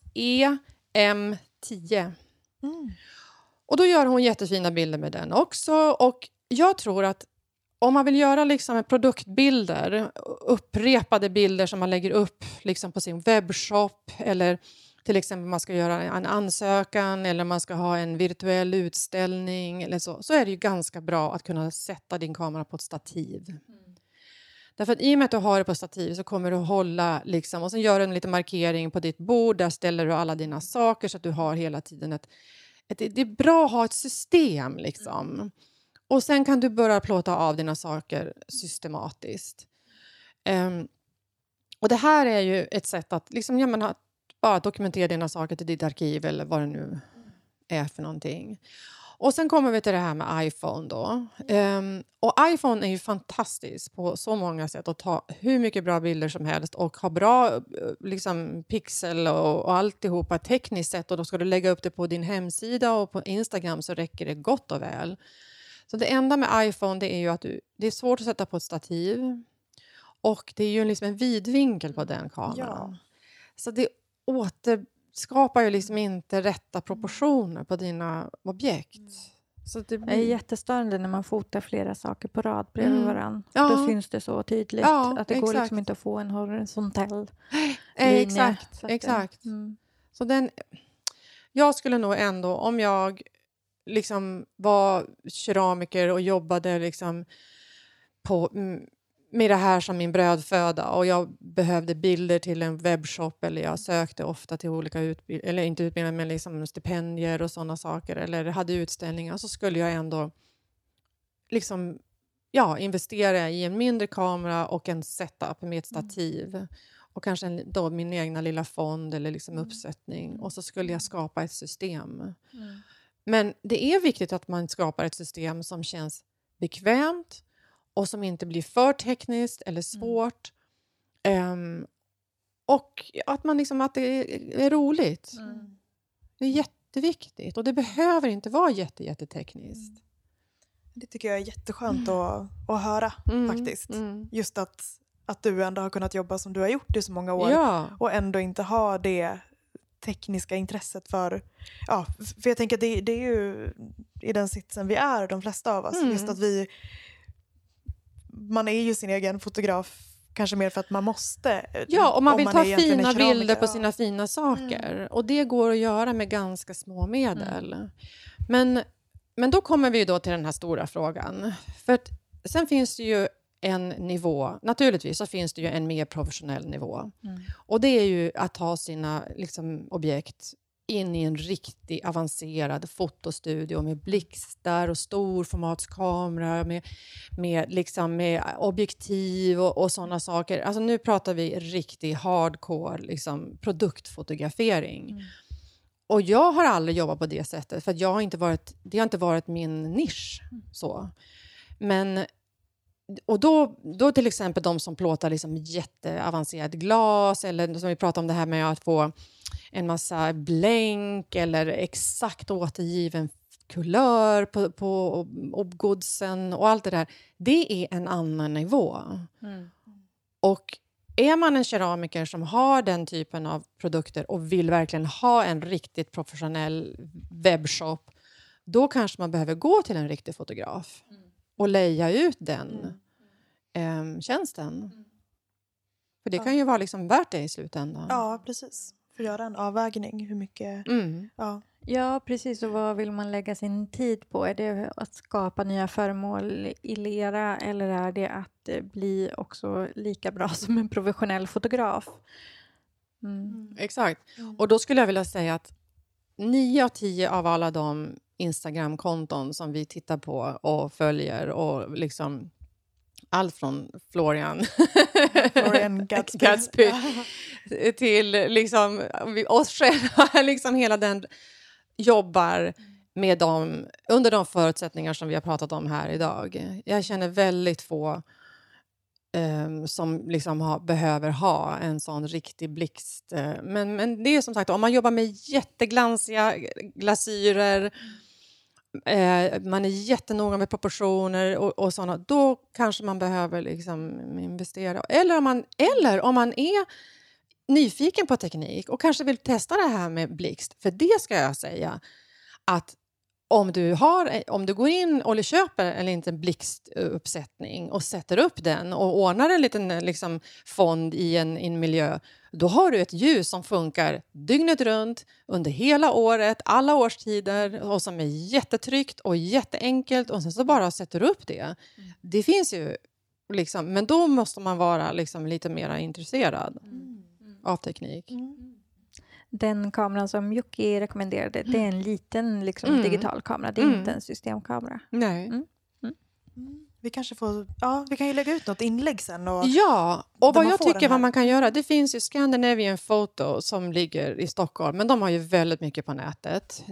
EM10. Och då gör hon jättefina bilder med den också. Och jag tror att om man vill göra liksom produktbilder, upprepade bilder som man lägger upp liksom på sin webbshop, eller till exempel man ska göra en ansökan eller man ska ha en virtuell utställning eller så är det ju ganska bra att kunna sätta din kamera på ett stativ. Därför att i och med att du har det på stativ så kommer du hålla liksom, och sen gör du en liten markering på ditt bord, där ställer du alla dina saker så att du har hela tiden det är bra att ha ett system liksom. Och sen kan du börja plåta av dina saker systematiskt. Och det här är ju ett sätt att liksom, bara dokumentera dina saker till ditt arkiv eller vad det nu är för någonting. Och sen kommer vi till det här med iPhone då. Och iPhone är ju fantastisk på så många sätt att ta hur mycket bra bilder som helst och ha bra liksom, pixel och alltihopa tekniskt sett. Och då ska du lägga upp det på din hemsida och på Instagram så räcker det gott och väl. Så det enda med iPhone det är ju att det är svårt att sätta på ett stativ. Och det är ju liksom en vidvinkel på den kameran. Ja. Så det återskapar ju liksom inte rätta proportioner på dina objekt. Så det är jättestörande när man fotar flera saker på rad bredvid varandra. Ja. Då syns det så tydligt att det går liksom inte att få en horisontell linje. Exakt. Så jag skulle nog ändå, om jag liksom var keramiker och jobbade liksom med det här som min brödföda och jag behövde bilder till en webbshop eller jag sökte ofta till olika eller inte utbildningar men liksom stipendier och sådana saker eller hade utställningar, så skulle jag ändå liksom investera i en mindre kamera och en setup med ett stativ och kanske då min egna lilla fond eller liksom uppsättning, och så skulle jag skapa ett system. Men det är viktigt att man skapar ett system som känns bekvämt och som inte blir för tekniskt eller svårt. Och att man liksom, att det är roligt. Det är jätteviktigt. Och det behöver inte vara jättetekniskt. Det tycker jag är jätteskönt att höra faktiskt. Just att du ändå har kunnat jobba som du har gjort i så många år. Ja. Och ändå inte ha det tekniska intresset för jag tänker att det är ju i den sitsen vi är, de flesta av oss. Just att man är ju sin egen fotograf kanske mer för att man måste. Ja, och man vill ta fina bilder på sina fina saker. Och det går att göra med ganska små medel. Men då kommer vi då till den här stora frågan. För att sen finns det ju en nivå, naturligtvis så finns det ju en mer professionell nivå. Och det är ju att ta sina liksom, objekt in i en riktigt avancerad fotostudio med blixtar och storformatskamera med objektiv och sådana saker. Alltså nu pratar vi riktigt hardcore liksom, produktfotografering. Och jag har aldrig jobbat på det sättet för att det har inte varit min nisch så. Men och då till exempel de som plåtar liksom jätteavancerat glas, eller som vi pratar om det här med att få en massa blänk eller exakt återgiven kulör på obgodsen och allt det där. Det är en annan nivå. Och är man en keramiker som har den typen av produkter och vill verkligen ha en riktigt professionell webbshop, då kanske man behöver gå till en riktig fotograf och leja ut den tjänsten. För det kan ju vara liksom värt det i slutändan. Ja, precis. För att göra en avvägning. Hur mycket... Ja, precis. Och vad vill man lägga sin tid på? Är det att skapa nya föremål i lera, eller är det att bli också lika bra som en professionell fotograf? Exakt. Och då skulle jag vilja säga att 9 av 10 av alla de Instagram-konton som vi tittar på och följer och liksom allt från Florian Gatsby till liksom oss själva, liksom hela den jobbar med dem under de förutsättningar som vi har pratat om här idag. Jag känner väldigt få som liksom behöver ha en sån riktig blixt. Men det är som sagt, om man jobbar med jätteglansiga glasyrer, man är jättenoga med proportioner och sådana, då kanske man behöver liksom investera. Eller om man är nyfiken på teknik och kanske vill testa det här med blixt. För det ska jag säga att om du går in och köper en liten blixtuppsättning och sätter upp den och ordnar en liten liksom, fond i en miljö, då har du ett ljus som funkar dygnet runt under hela året, alla årstider och som är jättetryggt och jätteenkelt och sen så bara sätter du upp det. Det finns ju liksom, men då måste man vara liksom, lite mer intresserad av teknik. Den kameran som Jocke rekommenderade, det är en liten liksom, digital kamera. Det är inte en systemkamera. Nej. Vi kanske får, vi kan ju lägga ut något inlägg sen. Och vad jag tycker vad man kan göra, det finns ju Scandinavian Photo som ligger i Stockholm, men de har ju väldigt mycket på nätet.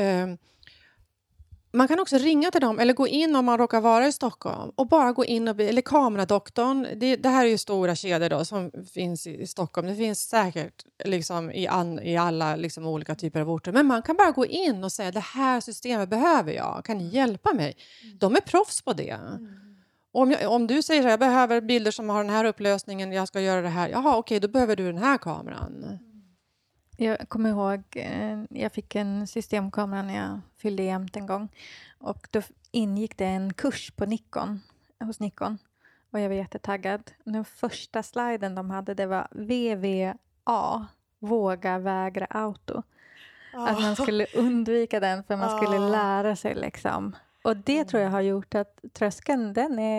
Man kan också ringa till dem eller gå in om man råkar vara i Stockholm och bara gå in eller Kameradoktorn. Det här är ju stora kedjor då som finns i Stockholm. Det finns säkert liksom i alla liksom olika typer av orter. Men man kan bara gå in och säga det här systemet behöver jag. Kan ni hjälpa mig? De är proffs på det. Om du säger att jag behöver bilder som har den här upplösningen, jag ska göra det här. Jaha, okej, då behöver du den här kameran. Jag kommer ihåg, jag fick en systemkamera när jag fyllde jämt en gång. Och då ingick det en kurs på hos Nikon. Och jag var jättetaggad. Den första sliden de hade, det var VVA, våga vägra auto. Att man skulle undvika den för man skulle lära sig liksom. Och det tror jag har gjort att tröskeln,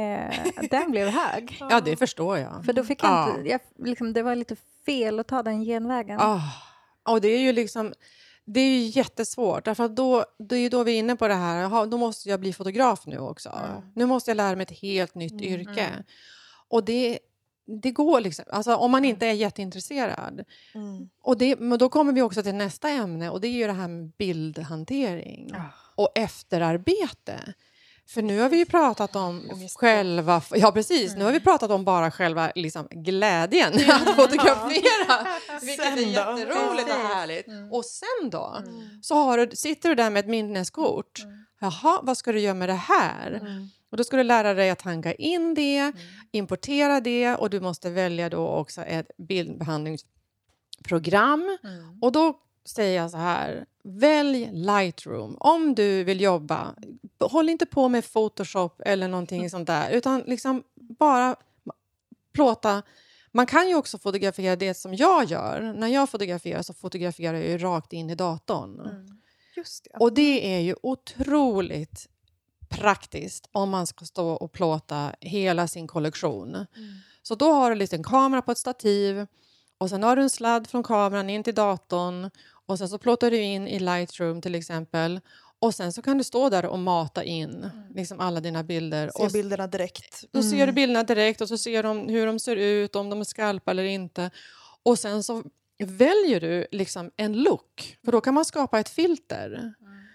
den blev hög. Ja, det förstår jag. För då fick jag inte, det var lite fel att ta den genvägen. Och det är ju liksom, det är ju jättesvårt. Därför att det är ju då vi är inne på det här. Jaha, då måste jag bli fotograf nu också. Nu måste jag lära mig ett helt nytt yrke. Och det går liksom, alltså om man inte är jätteintresserad. Men då kommer vi också till nästa ämne. Och det är ju det här med bildhantering. Och efterarbete. För nu har vi ju pratat om själva... Ja, precis. Nu har vi pratat om bara själva liksom, glädjen att fotografera. Vilket är jätteroligt och härligt. Och sen då så sitter du där med ett minneskort. Jaha, vad ska du göra med det här? Och då ska du lära dig att tanka in det, importera det. Och du måste välja då också ett bildbehandlingsprogram. Och då säger jag så här, välj Lightroom om du vill jobba. Håll inte på med Photoshop eller någonting sånt där, utan liksom bara plåta. Man kan ju också fotografera det som jag gör. När jag fotograferar så fotograferar jag ju rakt in i datorn. Just det. Och det är ju otroligt praktiskt om man ska stå och plåta hela sin kollektion. Så då har du lite en kamera på ett stativ och sen har du en sladd från kameran in till datorn. Och sen så plåtar du in i Lightroom till exempel. Och sen så kan du stå där och mata in liksom alla dina bilder. Se bilderna direkt. Då ser du bilderna direkt och så ser de hur de ser ut, om de är skarpa eller inte. Och sen så väljer du liksom en look. För då kan man skapa ett filter.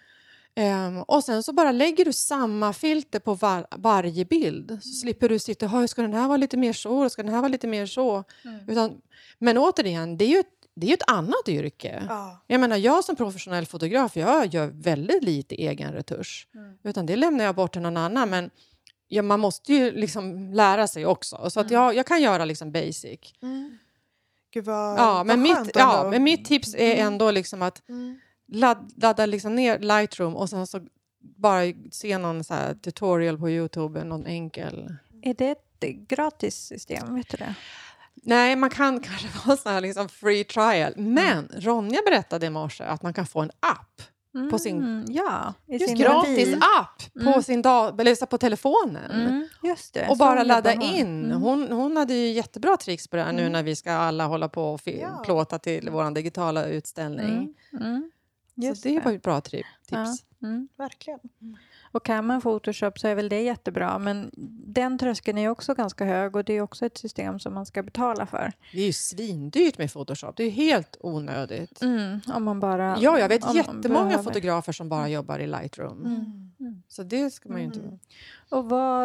Och sen så bara lägger du samma filter på varje bild. Så slipper du sitta, ska den här vara lite mer så, ska den här vara lite mer så. Men återigen, det är ju ett annat yrke. Jag menar, jag som professionell fotograf, jag gör väldigt lite egen retusch. Utan det lämnar jag bort till någon annan. Men man måste ju liksom lära sig också. Så att jag kan göra liksom basic. Gud vad skönt ändå. Men mitt tips är ändå liksom att ladda liksom ner Lightroom och sen så bara se någon så här tutorial på YouTube, någon enkel. Är det ett gratis system, vet du det? Nej, man kan kanske få så här liksom free trial. Men Ronja berättade i morse att man kan få en app på sin gratis app på sin eller på telefonen. Just det. Och bara ladda in. Hon hade ju jättebra tricks på det här nu när vi ska alla hålla på och plåta till vår digitala utställning. Så det var ett bra tips. Verkligen. Och kan man Photoshop så är väl det jättebra. Men den tröskeln är också ganska hög och det är också ett system som man ska betala för. Det är ju svindyrt med Photoshop. Det är helt onödigt. Om man bara... Ja, jag vet jättemånga fotografer som bara jobbar i Lightroom. Så det ska man ju inte... Och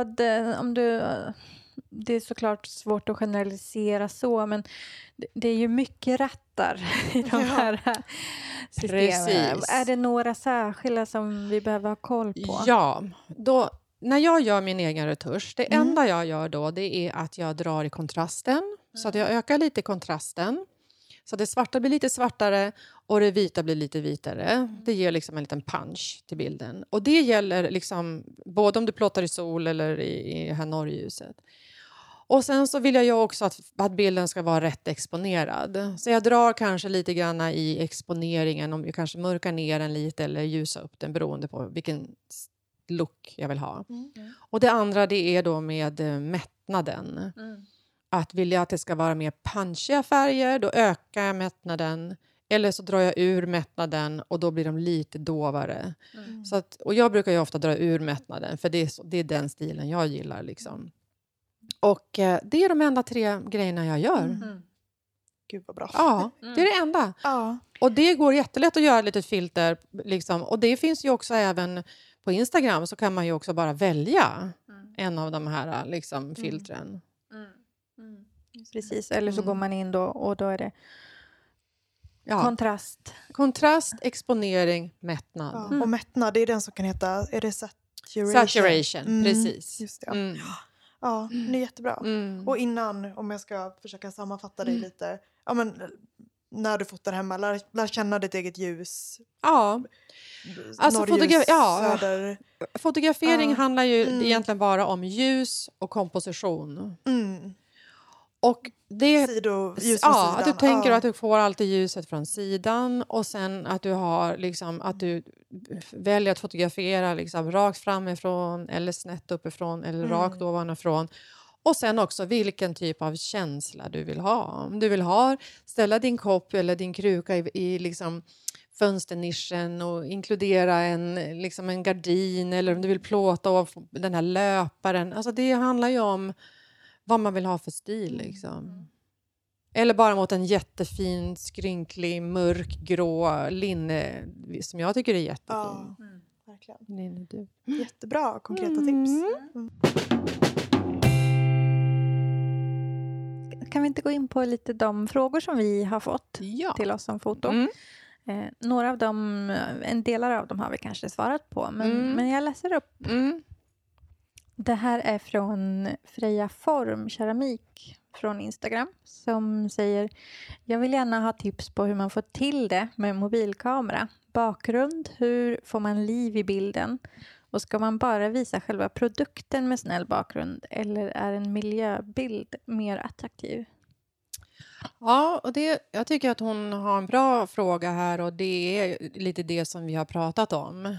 det är såklart svårt att generalisera så, men det är ju mycket rattar i de här systemen. Precis. Är det några särskilda som vi behöver ha koll på? Ja, när jag gör min egen retusch, det enda jag gör då, det är att jag drar i kontrasten. Så att jag ökar lite kontrasten. Så det svarta blir lite svartare och det vita blir lite vitare. Det ger liksom en liten punch till bilden. Och det gäller liksom både om du plottar i sol eller i det här norrljuset. Och sen så vill jag ju också att bilden ska vara rätt exponerad. Så jag drar kanske lite grann i exponeringen. Om vi kanske mörkar ner den lite eller ljusar upp den beroende på vilken look jag vill ha. Och det andra det är då med mättnaden. Att vill jag att det ska vara mer punchiga färger, då ökar jag mättnaden. Eller så drar jag ur mättnaden och då blir de lite dovare. Så att, och jag brukar ju ofta dra ur mättnaden för det är den stilen jag gillar liksom. Och det är de enda 3 grejerna jag gör. Gud vad bra. Ja, det är det enda. Ja. Och det går jättelätt att göra ett litet filter. Liksom. Och det finns ju också även på Instagram så kan man ju också bara välja en av de här liksom, filtren. Precis, eller så går man in då och då är det kontrast. Kontrast, exponering, mättnad. Ja. Och mättnad, det är den som kan heta, är det saturation? Precis. Just det. Ja, det är jättebra. Och innan, om jag ska försöka sammanfatta dig lite, ja, men, när du fotar hemma, lär känna ditt eget ljus. Ja. Alltså fotografering handlar ju egentligen bara om ljus och komposition. Och det ljus från sidan. att du tänker att du får alltid ljuset från sidan och sen att du har liksom att du väljer att fotografera liksom rakt framifrån eller snett uppifrån eller rakt ovanifrån. Och sen också vilken typ av känsla du vill ha. Om du vill ställa din kopp eller din kruka i liksom fönsternischen och inkludera en gardin eller om du vill plåta av den här löparen. Alltså det handlar ju om vad man vill ha för stil liksom. Eller bara mot en jättefin, skrynklig, mörkgrå linne som jag tycker är jättefin. Ja, verkligen. Linne, du. Jättebra, konkreta tips. Kan vi inte gå in på lite de frågor som vi har fått till oss som foto? Några av dem, en delar av dem har vi kanske svarat på, men jag läser upp. Det här är från Freja Form Keramik från Instagram som säger: jag vill gärna ha tips på hur man får till det med mobilkamera. Bakgrund, hur får man liv i bilden? Och ska man bara visa själva produkten med snäll bakgrund eller är en miljöbild mer attraktiv? Ja, och jag tycker att hon har en bra fråga här och det är lite det som vi har pratat om.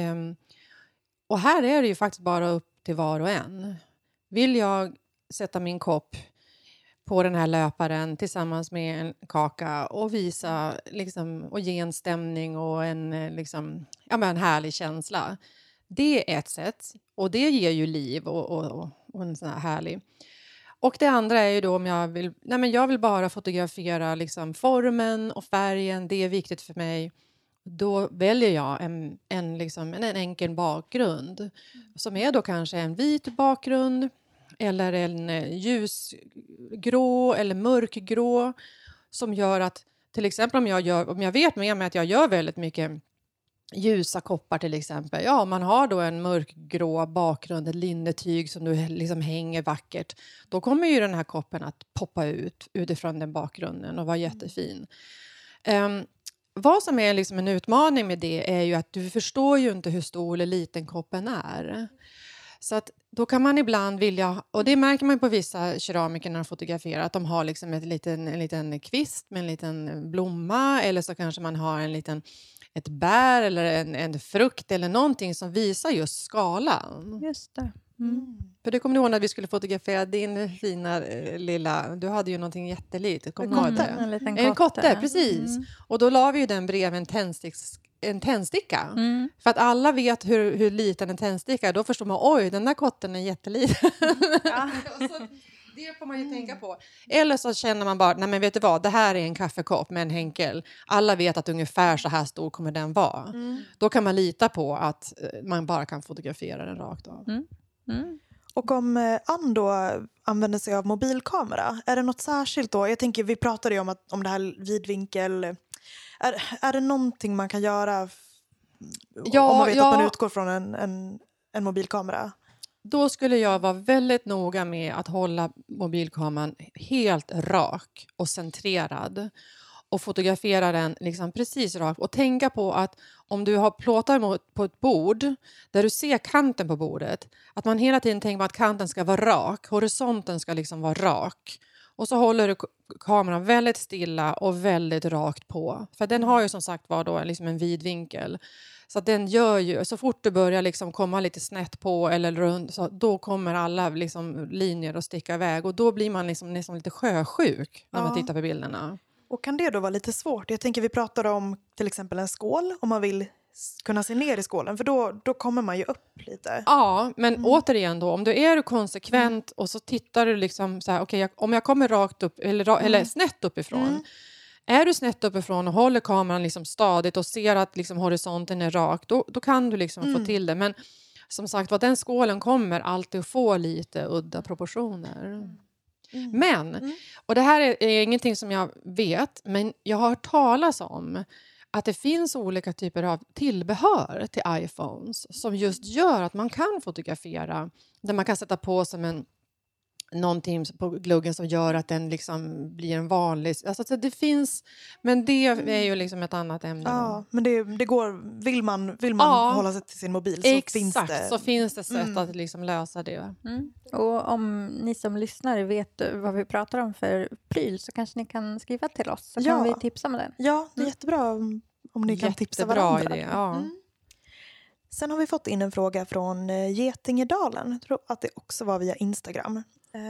Och här är det ju faktiskt bara upp till var och en. Vill jag sätta min kopp på den här löparen tillsammans med en kaka och visa liksom, och ge en stämning och en härlig känsla. Det är ett sätt och det ger ju liv och en sån här härlig. Och det andra är ju då om jag vill bara fotografera liksom formen och färgen, det är viktigt för mig. Då väljer jag en enkel bakgrund som är då kanske en vit bakgrund eller en ljusgrå eller mörkgrå som gör att till exempel om jag vet med mig att jag gör väldigt mycket ljusa koppar till exempel. Ja, man har då en mörkgrå bakgrund, ett linnetyg som du liksom hänger vackert. Då kommer ju den här koppen att poppa ut utifrån den bakgrunden och vara jättefin. Vad som är liksom en utmaning med det är ju att du förstår ju inte hur stor eller liten koppen är. Så att då kan man ibland vilja, och det märker man på vissa keramiker när de fotograferar, att de har liksom en liten kvist med en liten blomma eller så kanske man har ett bär eller en frukt eller någonting som visar just skalan. Just det. För det kommer du ihåg när vi skulle fotografera din fina lilla, du hade ju någonting jättelitet. En liten en kotte, precis. Och då la vi ju den bredvid en tändsticka. För att alla vet hur liten en tändsticka är. Då förstår man, oj, den där kotten är jätteliten. Så det får man ju tänka på. Eller så känner man bara, nej men vet du vad, det här är en kaffekopp med en henkel. Alla vet att ungefär så här stor kommer den vara. Då kan man lita på att man bara kan fotografera den rakt av. Och om Ann då använder sig av mobilkamera, är det något särskilt då? Jag tänker, vi pratade ju om det här vidvinkel. Är det någonting man kan göra om man vet att man utgår från en mobilkamera? Då skulle jag vara väldigt noga med att hålla mobilkameran helt rak och centrerad. och fotografera den liksom precis rakt. Och tänka på att om du har plåtar på ett bord där du ser kanten på bordet, att man hela tiden tänker på att kanten ska vara rak, horisonten ska liksom vara rak. Och så håller du kameran väldigt stilla och väldigt rakt på. För den har ju som sagt var då liksom en vid vinkel. Så att den gör ju, så fort du börjar liksom komma lite snett på eller runt, så då kommer alla liksom linjer att sticka iväg. Och då blir man liksom nästan lite sjösjuk när man tittar på bilderna. Och kan det då vara lite svårt? Jag tänker vi pratar om till exempel en skål, om man vill kunna se ner i skålen, för då kommer man ju upp lite. Ja, men återigen då, om du är konsekvent och så tittar du liksom så här, okej, om jag kommer rakt upp eller snett uppifrån. Är du snett uppifrån och håller kameran liksom stadigt och ser att liksom horisonten är rak, då kan du liksom få till det. Men som sagt, vad den skålen kommer alltid att få lite udda proportioner. Men, och det här är ingenting som jag vet, men jag har hört talas om att det finns olika typer av tillbehör till iPhones som just gör att man kan fotografera, där man kan sätta på som någonting på gluggen som gör att den liksom blir en vanlig... Alltså det finns... Men det är ju liksom ett annat ämne. Ja, men det går... Vill man hålla sig till sin mobil så finns det sätt att liksom lösa det. Och om ni som lyssnar vet vad vi pratar om för pryl, så kanske ni kan skriva till oss. Så kan vi tipsa med den. Ja, det är jättebra om ni kan tipsa varandra. Idé, ja. Sen har vi fått in en fråga från Getingedalen. Jag tror att det också var via Instagram.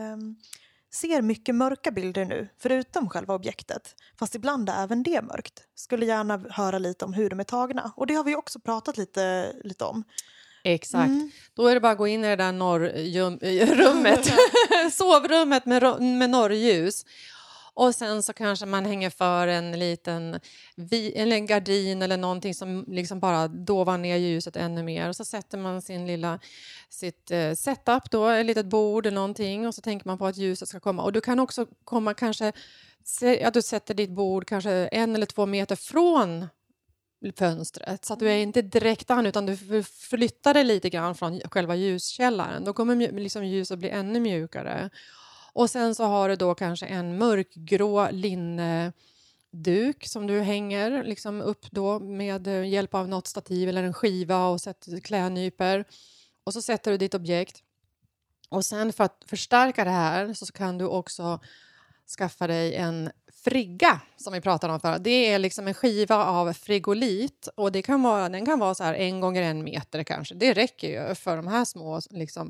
Ser mycket mörka bilder nu, förutom själva objektet. Fast ibland är även det mörkt. Skulle gärna höra lite om hur de är tagna. Och det har vi också pratat lite om. Exakt. Då är det bara att gå in i det där rummet. Sovrummet med norrljus. Och sen så kanske man hänger för en liten eller en gardin eller någonting som liksom bara dovar ner ljuset ännu mer. Och så sätter man sitt setup då, ett litet bord eller någonting. Och så tänker man på att ljuset ska komma. Och du kan också komma kanske, att du sätter ditt bord kanske 1 eller 2 meter från fönstret. Så att du är inte direkt an, utan du flyttar dig lite grann från själva ljuskällaren. Då kommer liksom ljuset bli ännu mjukare. Och sen så har du då kanske en mörkgrå linneduk som du hänger liksom upp då med hjälp av något stativ eller en skiva och sätter klädnyper. Och så sätter du ditt objekt. Och sen för att förstärka det här så kan du också skaffa dig en frigga som vi pratade om förut. Det är liksom en skiva av frigolit och den kan vara så här 1 gånger 1 meter kanske. Det räcker ju för de här små liksom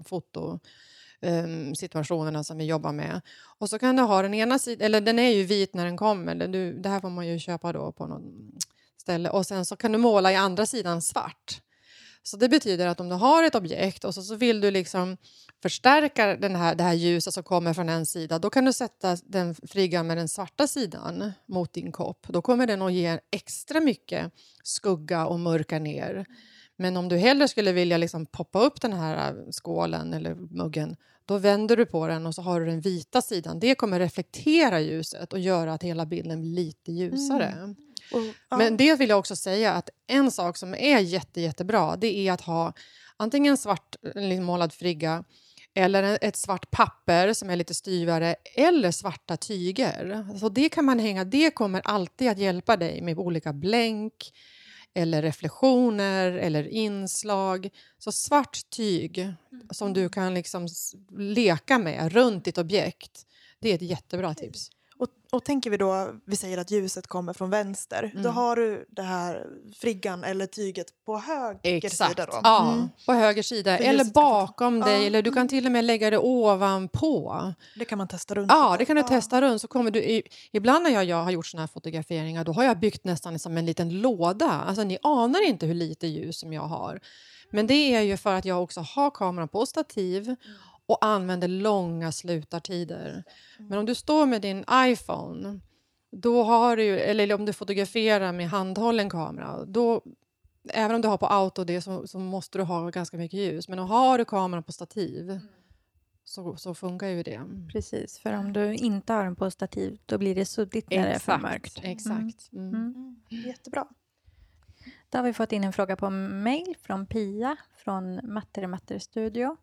situationerna som vi jobbar med. Och så kan du ha den ena sidan, eller den är ju vit när den kommer. Det här får man ju köpa då på någon ställe. Och sen så kan du måla i andra sidan svart. Så det betyder att om du har ett objekt och så vill du liksom förstärka det här ljuset som kommer från en sida, då kan du sätta den friggan med den svarta sidan mot din kopp. Då kommer den att ge extra mycket skugga och mörka ner. Men om du hellre skulle vilja liksom poppa upp den här skålen eller muggen, då vänder du på den och så har du den vita sidan. Det kommer reflektera ljuset och göra att hela bilden blir lite ljusare. Men det vill jag också säga att en sak som är jättebra, det är att ha antingen svart målad frigga eller ett svart papper som är lite styvare eller svarta tyger. Så det kan man hänga, det kommer alltid att hjälpa dig med olika blänk eller reflektioner eller inslag. Så svart tyg som du kan liksom leka med runt ditt objekt, det är ett jättebra tips. Och tänker vi då, vi säger att ljuset kommer från vänster. Då har du det här friggan eller tyget på höger sida då. Ja, på höger sida. Eller bakom dig. Eller du kan till och med lägga det ovanpå. Det kan man testa runt. Ja, det kan du testa runt. Så kommer du ibland när jag har gjort såna här fotograferingar, då har jag byggt nästan som en liten låda. Alltså ni anar inte hur lite ljus som jag har. Men det är ju för att jag också har kameran på stativ och använder långa slutartider. Men om du står med din iPhone, då har du, eller om du fotograferar med handhållen kamera, då, även om du har på auto det, så måste du ha ganska mycket ljus. Men har du kameran på stativ så funkar ju det. Precis, för om du inte har den på stativ, då blir det suddigt när det är för mörkt. Exakt. Jättebra. Då har vi fått in en fråga på mail från Pia från Matter Studio.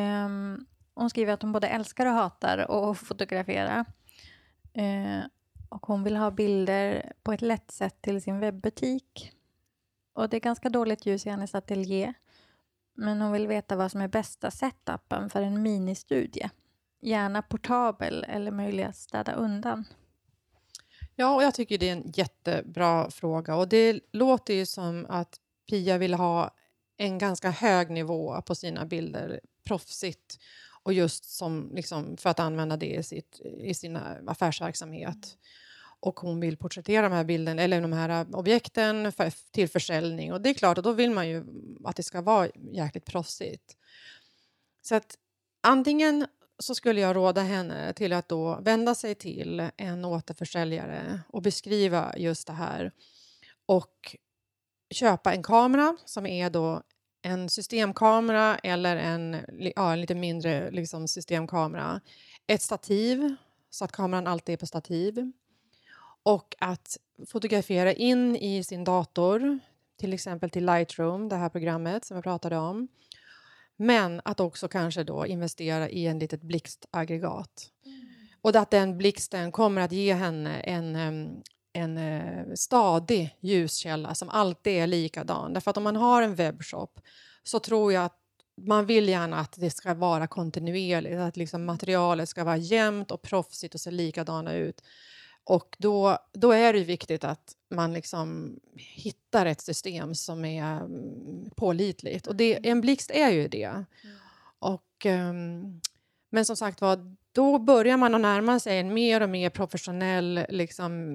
Hon skriver att hon både älskar och hatar att fotografera. Och hon vill ha bilder på ett lätt sätt till sin webbutik. Och det är ganska dåligt ljus i hennes ateljé. Men hon vill veta vad som är bästa setupen för en ministudie. Gärna portabel eller möjlig att städa undan. Ja, och jag tycker det är en jättebra fråga. Och det låter ju som att Pia vill ha en ganska hög nivå på sina bilder. Proffsigt. Och just som, liksom, för att använda det i sin affärsverksamhet. Och hon vill porträttera de här bilderna eller de här objekten till försäljning. Och det är klart, och då vill man ju att det ska vara jäkligt proffsigt. Så att antingen så skulle jag råda henne till att då vända sig till en återförsäljare och beskriva just det här. Och köpa en kamera som är då en systemkamera eller en lite mindre liksom systemkamera. Ett stativ så att kameran alltid är på stativ. Och att fotografera in i sin dator, till exempel till Lightroom, det här programmet som jag pratade om. Men att också kanske då investera i en litet blixtaggregat. Och att den blixten kommer att ge henne en stadig ljuskälla som alltid är likadan. Därför att om man har en webbshop så tror jag att man vill gärna att det ska vara kontinuerligt. Att liksom materialet ska vara jämnt och proffsigt och se likadana ut. Och då är det viktigt att man liksom hittar ett system som är pålitligt. Och en blixt är ju det. Och, men som sagt var, då börjar man att närma sig en mer och mer professionell liksom,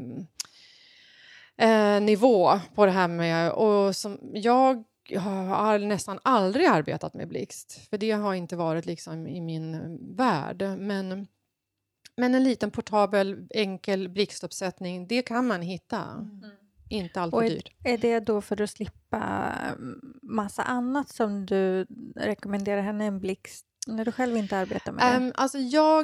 nivå på det här med. Och som jag har nästan aldrig arbetat med blixt. För det har inte varit liksom i min värld. Men en liten portabel, enkel blixtuppsättning, det kan man hitta. Inte allt för dyrt. Är det då för att slippa massa annat som du rekommenderar henne en blixt när du själv inte arbetar med det? Alltså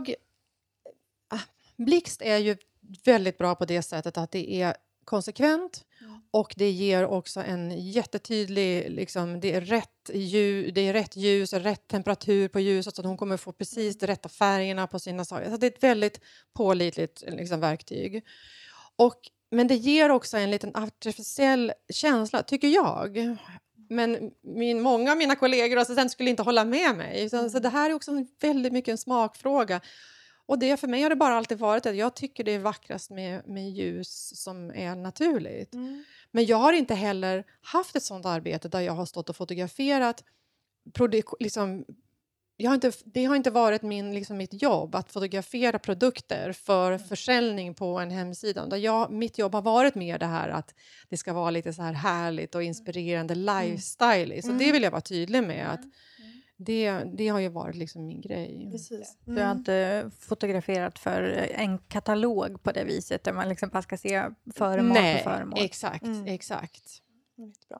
blixt är ju väldigt bra på det sättet att det är konsekvent. Och det ger också en jättetydlig, liksom, det är rätt ljus och rätt temperatur på ljuset så att hon kommer få precis de rätta färgerna på sina saker. Så det är ett väldigt pålitligt liksom, verktyg. Men det ger också en liten artificiell känsla, tycker jag. Men många av mina kollegor och assistenter skulle inte hålla med mig. Så det här är också väldigt mycket en smakfråga. Och det för mig har det bara alltid varit att jag tycker det är vackrast med ljus som är naturligt. Men jag har inte heller haft ett sånt arbete där jag har stått och fotograferat. Det har inte varit mitt jobb att fotografera produkter för försäljning på en hemsida. Mitt jobb har varit mer det här att det ska vara lite så här härligt och inspirerande lifestyle. Så det vill jag vara tydlig med att det har ju varit liksom min grej. Precis. Du har inte fotograferat för en katalog på det viset där man liksom bara ska se föremål för föremål. Exakt. Bra.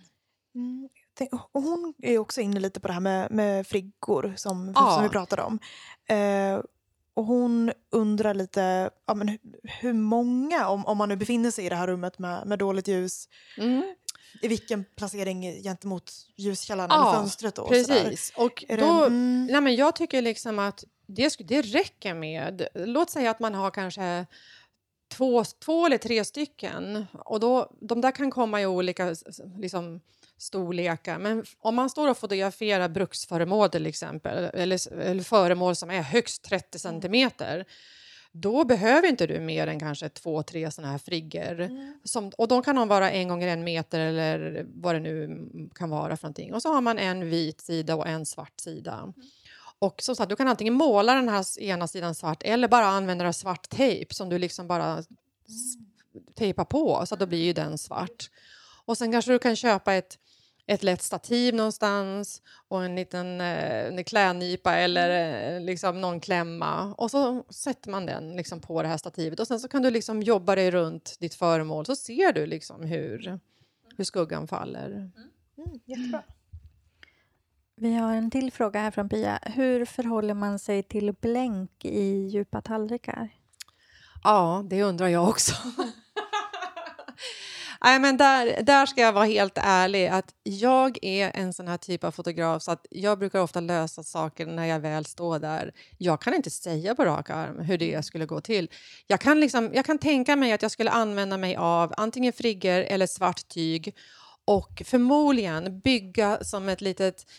Och hon är också inne lite på det här med friggor som vi pratade om. Och hon undrar lite hur många, om man nu befinner sig i det här rummet med dåligt ljus, i vilken placering gentemot ljuskällan eller fönstret då? Precis. Och men jag tycker liksom att det räcker med, låt säga att man har kanske två eller 3 stycken och då, de där kan komma i olika liksom, storlekar. Men om man står och fotograferar bruksföremål till exempel eller föremål som är högst 30 centimeter, då behöver inte du mer än kanske 2-3 sådana här frigger. Och de kan vara 1 gånger 1 meter eller vad det nu kan vara för någonting. Och så har man en vit sida och en svart sida. Och som sagt, du kan antingen måla den här ena sidan svart eller bara använda svart tejp som du liksom bara tejpar på så att då blir ju den svart. Och sen kanske du kan köpa ett lätt stativ någonstans och en liten klädnypa eller liksom någon klämma. Och så sätter man den liksom på det här stativet. Och sen så kan du liksom jobba dig runt ditt föremål. Så ser du liksom hur skuggan faller. Jättebra. Vi har en till fråga här från Pia. Hur förhåller man sig till blänk i djupa tallrikar? Ja, det undrar jag också. Nej, men där ska jag vara helt ärlig. Att jag är en sån här typ av fotograf så att jag brukar ofta lösa saker när jag väl står där. Jag kan inte säga på rak arm hur det skulle gå till. Jag kan tänka mig att jag skulle använda mig av antingen frigger eller svart tyg och förmodligen bygga som ett litet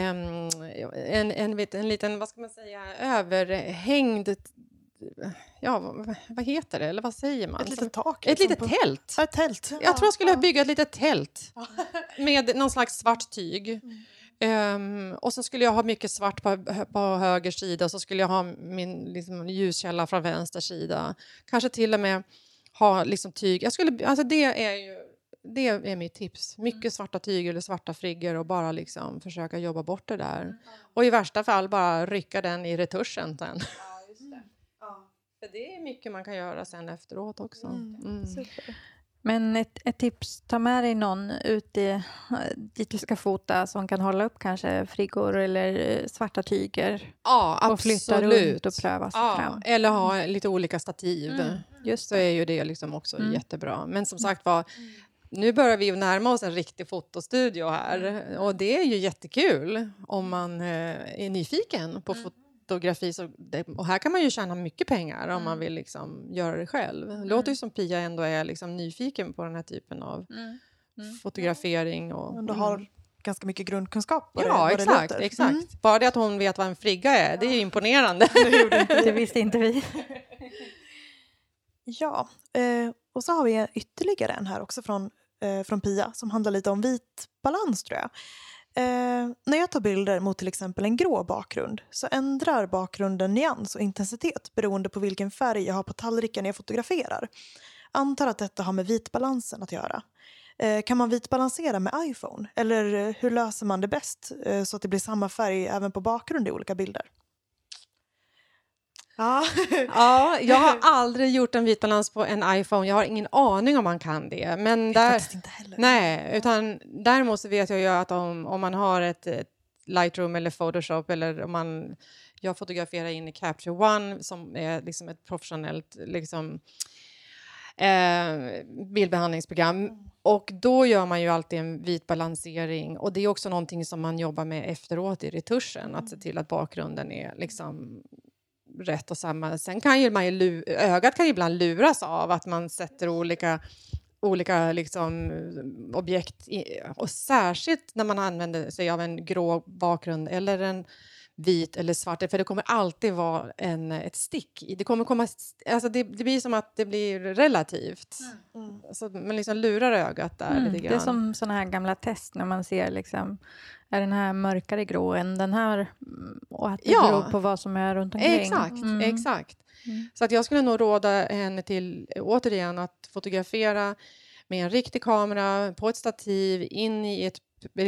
en liten, vad ska man säga, överhängd, ja, vad heter det? Eller vad säger man? Ett litet tak. Ett litet tält. Ja, ett tält. Jag tror jag skulle bygga ett litet tält med någon slags svart tyg. Och så skulle jag ha mycket svart på höger sida och så skulle jag ha min liksom, ljuskälla från vänster sida. Kanske till och med ha liksom, tyg. Det är mitt tips. Mycket svarta tyg eller svarta frigger och bara liksom försöka jobba bort det där. Och i värsta fall bara rycka den i retuschen sen. Ja, just det. För det är mycket man kan göra sen efteråt också. Super. Men ett tips, ta med dig någon ut dit du ska fota som kan hålla upp kanske friggor eller svarta tyger. Ja, absolut. Och flytta runt och pröva sig fram. Eller ha lite olika stativ. Just så är ju det liksom också jättebra. Men som sagt var, nu börjar vi ju närma oss en riktig fotostudio här. Och det är ju jättekul om man är nyfiken på fotografi. Och här kan man ju tjäna mycket pengar om man vill liksom göra det själv. Det låter ju som Pia ändå är liksom nyfiken på den här typen av fotografering. Och, Du har ganska mycket grundkunskap på ja, exakt. Bara det att hon vet vad en frigga är, det är ju imponerande. Det visste inte vi. Ja, och så har vi ytterligare en här också från Pia som handlar lite om vit balans, tror jag. När jag tar bilder mot till exempel en grå bakgrund så ändrar bakgrunden nyans och intensitet beroende på vilken färg jag har på tallriken jag fotograferar. Antar att detta har med vitbalansen att göra. Kan man vitbalansera med iPhone? Eller hur löser man det bäst så att det blir samma färg även på bakgrund i olika bilder? Ja, jag har aldrig gjort en vitbalans på en iPhone. Jag har ingen aning om man kan det. Men faktiskt inte heller. Nej, utan däremot så vet jag ju att om man har ett Lightroom eller Photoshop eller om jag fotograferar in i Capture One som är liksom ett professionellt liksom, bildbehandlingsprogram. Och då gör man ju alltid en vitbalansering. Och det är också någonting som man jobbar med efteråt i retuschen. Att se till att bakgrunden är liksom rätt och samma. Sen kan ju ögat kan ju ibland luras av att man sätter olika liksom, objekt och särskilt när man använder sig av en grå bakgrund eller en vit eller svart, för det kommer alltid vara ett stick i. Det kommer komma, alltså det blir som att det blir relativt. Så man liksom lurar ögat där lite grann. Det är som sådana här gamla test när man ser liksom, är den här mörkare grå än den här, och att det beror på vad som är runt omkring. Exakt. Så att jag skulle nog råda henne till återigen att fotografera med en riktig kamera på ett stativ in i ett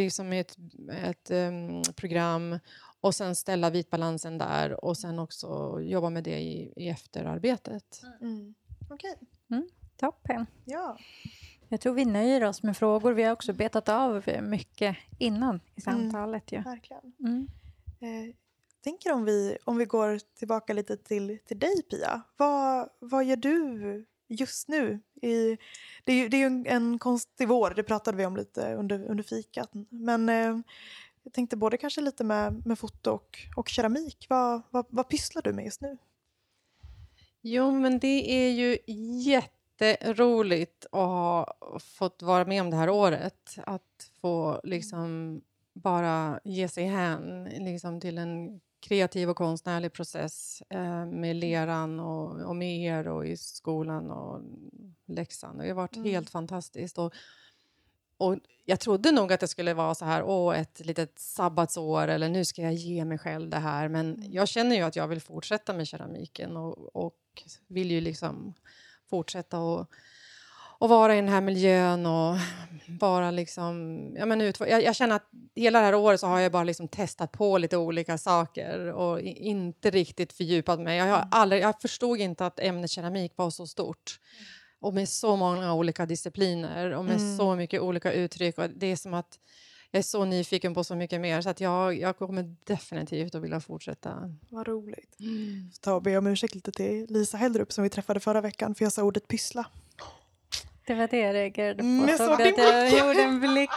program och sen ställa vitbalansen där och sen också jobba med det i efterarbetet. Okej. Toppen. Ja. Jag tror vi nöjer oss med frågor. Vi har också betat av mycket innan i samtalet. Ja. Verkligen. Tänker om vi går tillbaka lite till dig, Pia. Vad gör du just nu? Det är ju en konstig vår, det pratade vi om lite under fikat. Men jag tänkte både kanske lite med foto och keramik. Vad pysslar du med just nu? Jo, men det är ju jätteroligt att ha fått vara med om det här året. Att få liksom bara ge sig hän liksom till en kreativ och konstnärlig process med leran och med er och i skolan och läxan. Det har varit helt fantastiskt. Och jag trodde nog att det skulle vara så här, ett litet sabbatsår eller nu ska jag ge mig själv det här. Men jag känner ju att jag vill fortsätta med keramiken och vill ju liksom fortsätta och vara i den här miljön och bara liksom, jag känner att hela det här året så har jag bara liksom testat på lite olika saker och inte riktigt fördjupat mig. Jag förstod inte att ämnet keramik var så stort. Och med så många olika discipliner och med så mycket olika uttryck. Och det är som att jag är så nyfiken på så mycket mer. Så att jag kommer definitivt att vilja fortsätta. Vad roligt. Ta och be om ursäkt lite till Lisa Hellrup som vi träffade förra veckan. För jag sa ordet pyssla. Det var det jag reagerade på. Jag såg att din jag gjorde en blick.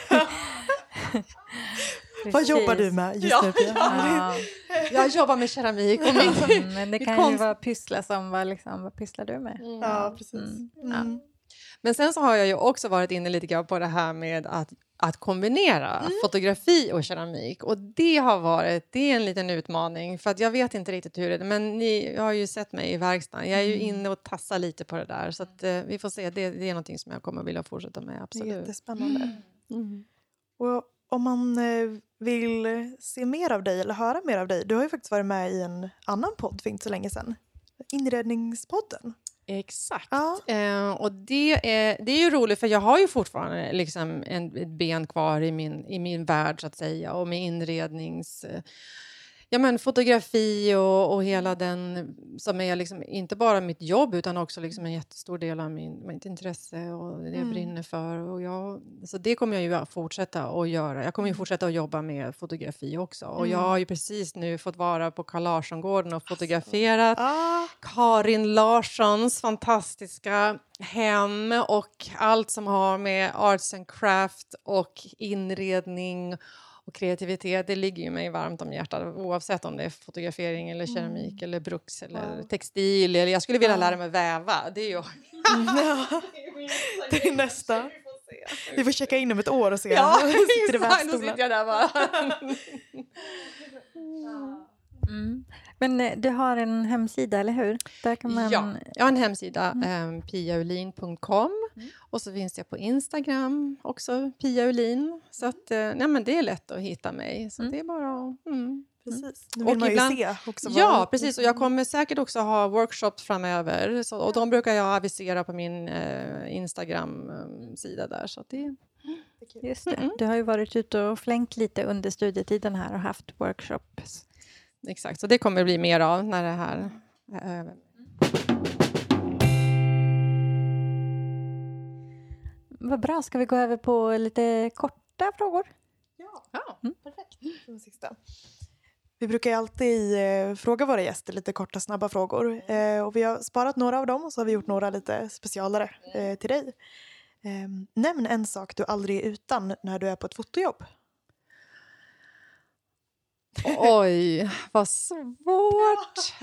Vad jobbar du med just nu, Pia? Ja. Jag jobbar med keramik. Och Men det kan ju vara pyssla som vad pysslar du med? Ja, precis. Men sen så har jag ju också varit inne lite grann på det här med att kombinera fotografi och keramik. Och det är en liten utmaning. För att jag vet inte riktigt hur det är. Men ni har ju sett mig i verkstaden. Jag är ju inne och tassar lite på det där. Så att, vi får se. Det är någonting som jag kommer vilja fortsätta med. Absolut. Det är jättespännande. Och om man vill se mer av dig eller höra mer av dig. Du har ju faktiskt varit med i en annan podd för inte så länge sedan. Inredningspodden. Exakt. Ja. Och det är ju roligt för jag har ju fortfarande liksom ett ben kvar i min värld så att säga. Och med inrednings... fotografi och hela den som är liksom inte bara mitt jobb utan också liksom en jättestor del av mitt intresse och det jag brinner för. Så det kommer jag ju fortsätta att göra. Jag kommer ju fortsätta att jobba med fotografi också. Och jag har ju precis nu fått vara på Carl Larsson-gården och fotograferat Karin Larssons fantastiska hem och allt som har med arts and craft och inredning och kreativitet, det ligger ju mig varmt om hjärtat oavsett om det är fotografering eller keramik eller bruks eller textil. Eller jag skulle vilja lära mig väva. Det är ju... Det är nästa. Vi får checka in om ett år och se. Ja, exakt. då sitter jag där bara. Men du har en hemsida, eller hur? Där kan man... Ja, jag har en hemsida, piaulin.com. Och så finns jag på Instagram också, Pia Ulin. Så att, det är lätt att hitta mig. Så det är bara... Precis. Nu vill man ju se också. Ja, precis. Och jag kommer säkert också ha workshops framöver. Och de brukar jag avisera på min Instagram-sida där. Så att det... Just det. Du har ju varit ute och flängt lite under studietiden här och haft workshops. Exakt, så det kommer bli mer av när det här är över. Vad bra, ska vi gå över på lite korta frågor? Ja, perfekt. Den sista. Vi brukar ju alltid fråga våra gäster lite korta, snabba frågor. Och vi har sparat några av dem och så har vi gjort några lite specialare till dig. Nämn en sak du aldrig är utan när du är på ett fotojobb. Oj, vad svårt.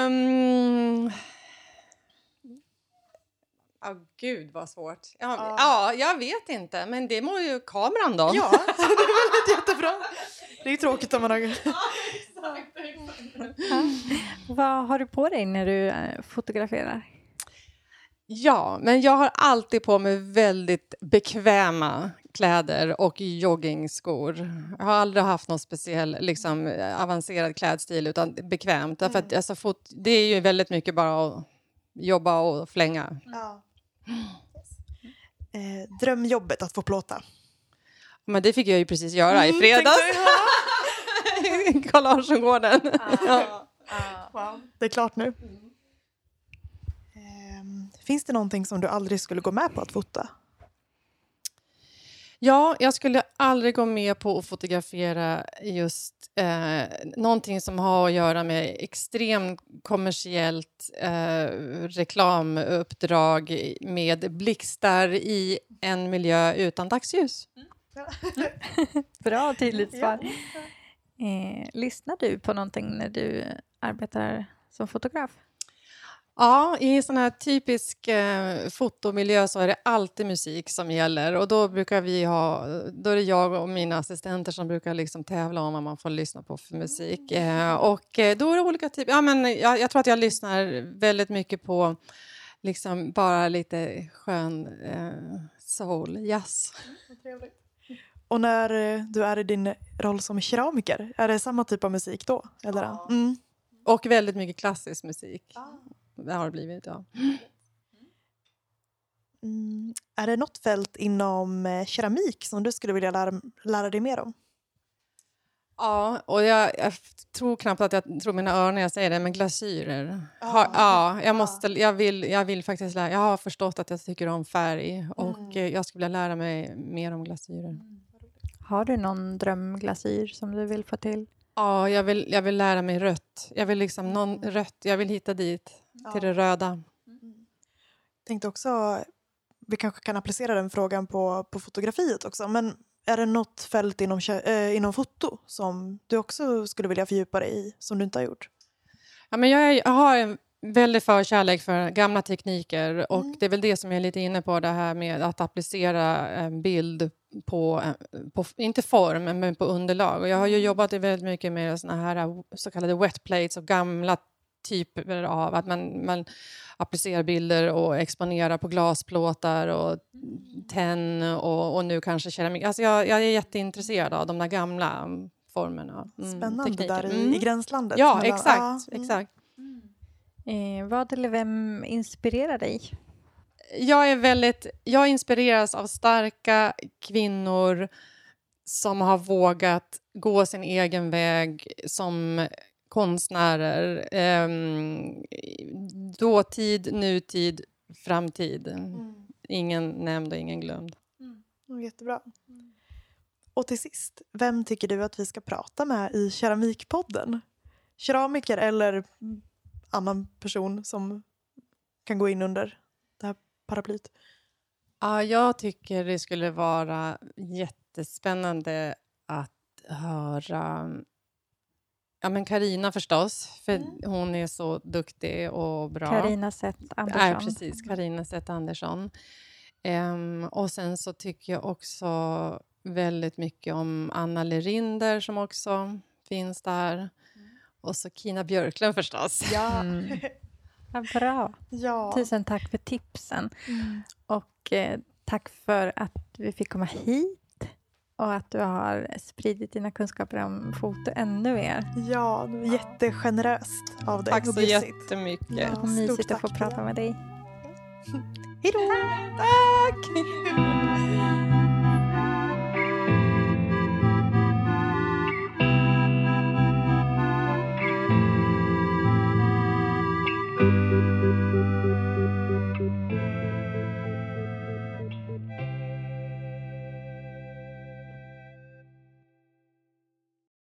Gud vad svårt. Ja, jag vet inte. Men det må ju kameran då. Ja, det är väl jättebra. Det är ju tråkigt om man har... Exakt. Vad har du på dig när du fotograferar? Ja, men jag har alltid på mig väldigt bekväma kläder och joggingskor. Jag har aldrig haft någon speciell avancerad klädstil utan bekvämt. Därför att det är ju väldigt mycket bara att jobba och flänga. Ja. Drömjobbet att få plåta. Men det fick jag ju precis göra i fredags. Carl Larsson-gården. Wow, det är klart nu. Finns det någonting som du aldrig skulle gå med på att fota? Ja, jag skulle aldrig gå med på att fotografera just någonting som har att göra med extremt kommersiellt reklamuppdrag med blixtar i en miljö utan dagsljus. Bra, tydligt svar. Lyssnar du på någonting när du arbetar som fotograf? Ja, i en sån här typisk fotomiljö så är det alltid musik som gäller. Och då brukar då är det jag och mina assistenter som brukar tävla om vad man får lyssna på för musik. Och då är det olika typer. Ja, men jag tror att jag lyssnar väldigt mycket på bara lite skön soul, jazz. Trevligt. Och när du är i din roll som keramiker, är det samma typ av musik då? Eller? Ja. Och väldigt mycket klassisk musik. Det har det blivit, ja. Är det något fält inom keramik som du skulle vilja lära dig mer om? Ja, och jag tror knappt att jag tror mina öron när jag säger det, men glasyrer. Jag vill faktiskt lära. Jag har förstått att jag tycker om färg och jag skulle vilja lära mig mer om glasyrer. Har du någon drömglasyr som du vill få till? Ja, jag vill lära mig rött. Jag vill rött. Jag vill hitta dit till det röda. Tänkte också, vi kanske kan applicera den frågan på fotografiet också. Men är det något fält inom foto som du också skulle vilja fördjupa dig i, som du inte har gjort? Ja, men jag har en väldigt förkärlek för gamla tekniker. Och det är väl det som jag är lite inne på, det här med att applicera en bild på inte form, men på underlag. Och jag har ju jobbat väldigt mycket med såna här så kallade wet plates och gamla typer av att man applicerar bilder och exponerar på glasplåtar och tenn och nu kanske keramik. Alltså jag är jätteintresserad av de där gamla formerna. Spännande tekniker. där i gränslandet. Ja, exakt. Exakt. Vad eller vem inspirerar dig? Jag inspireras av starka kvinnor som har vågat gå sin egen väg som konstnärer. Dåtid, nutid, framtid. Ingen nämnd och ingen glömd. Jättebra. Och till sist, vem tycker du att vi ska prata med i Keramikpodden? Keramiker eller annan person som kan gå in under det här paraplyt? Ja, jag tycker det skulle vara jättespännande att höra Carina förstås, för hon är så duktig och bra. Carina Zett Andersson. Ja, precis. Carina Zett Andersson. Och sen så tycker jag också väldigt mycket om Anna Lerinder som också finns där. Och så Kina Björklund förstås. Ja. Ja, bra. Ja. Tusen tack för tipsen. Och tack för att vi fick komma hit. Och att du har spridit dina kunskaper om foto ännu mer. Ja, det var jättegeneröst av dig. Tack så jättemycket. Ja, Och mysigt att få prata med dig. Hej då! Tack!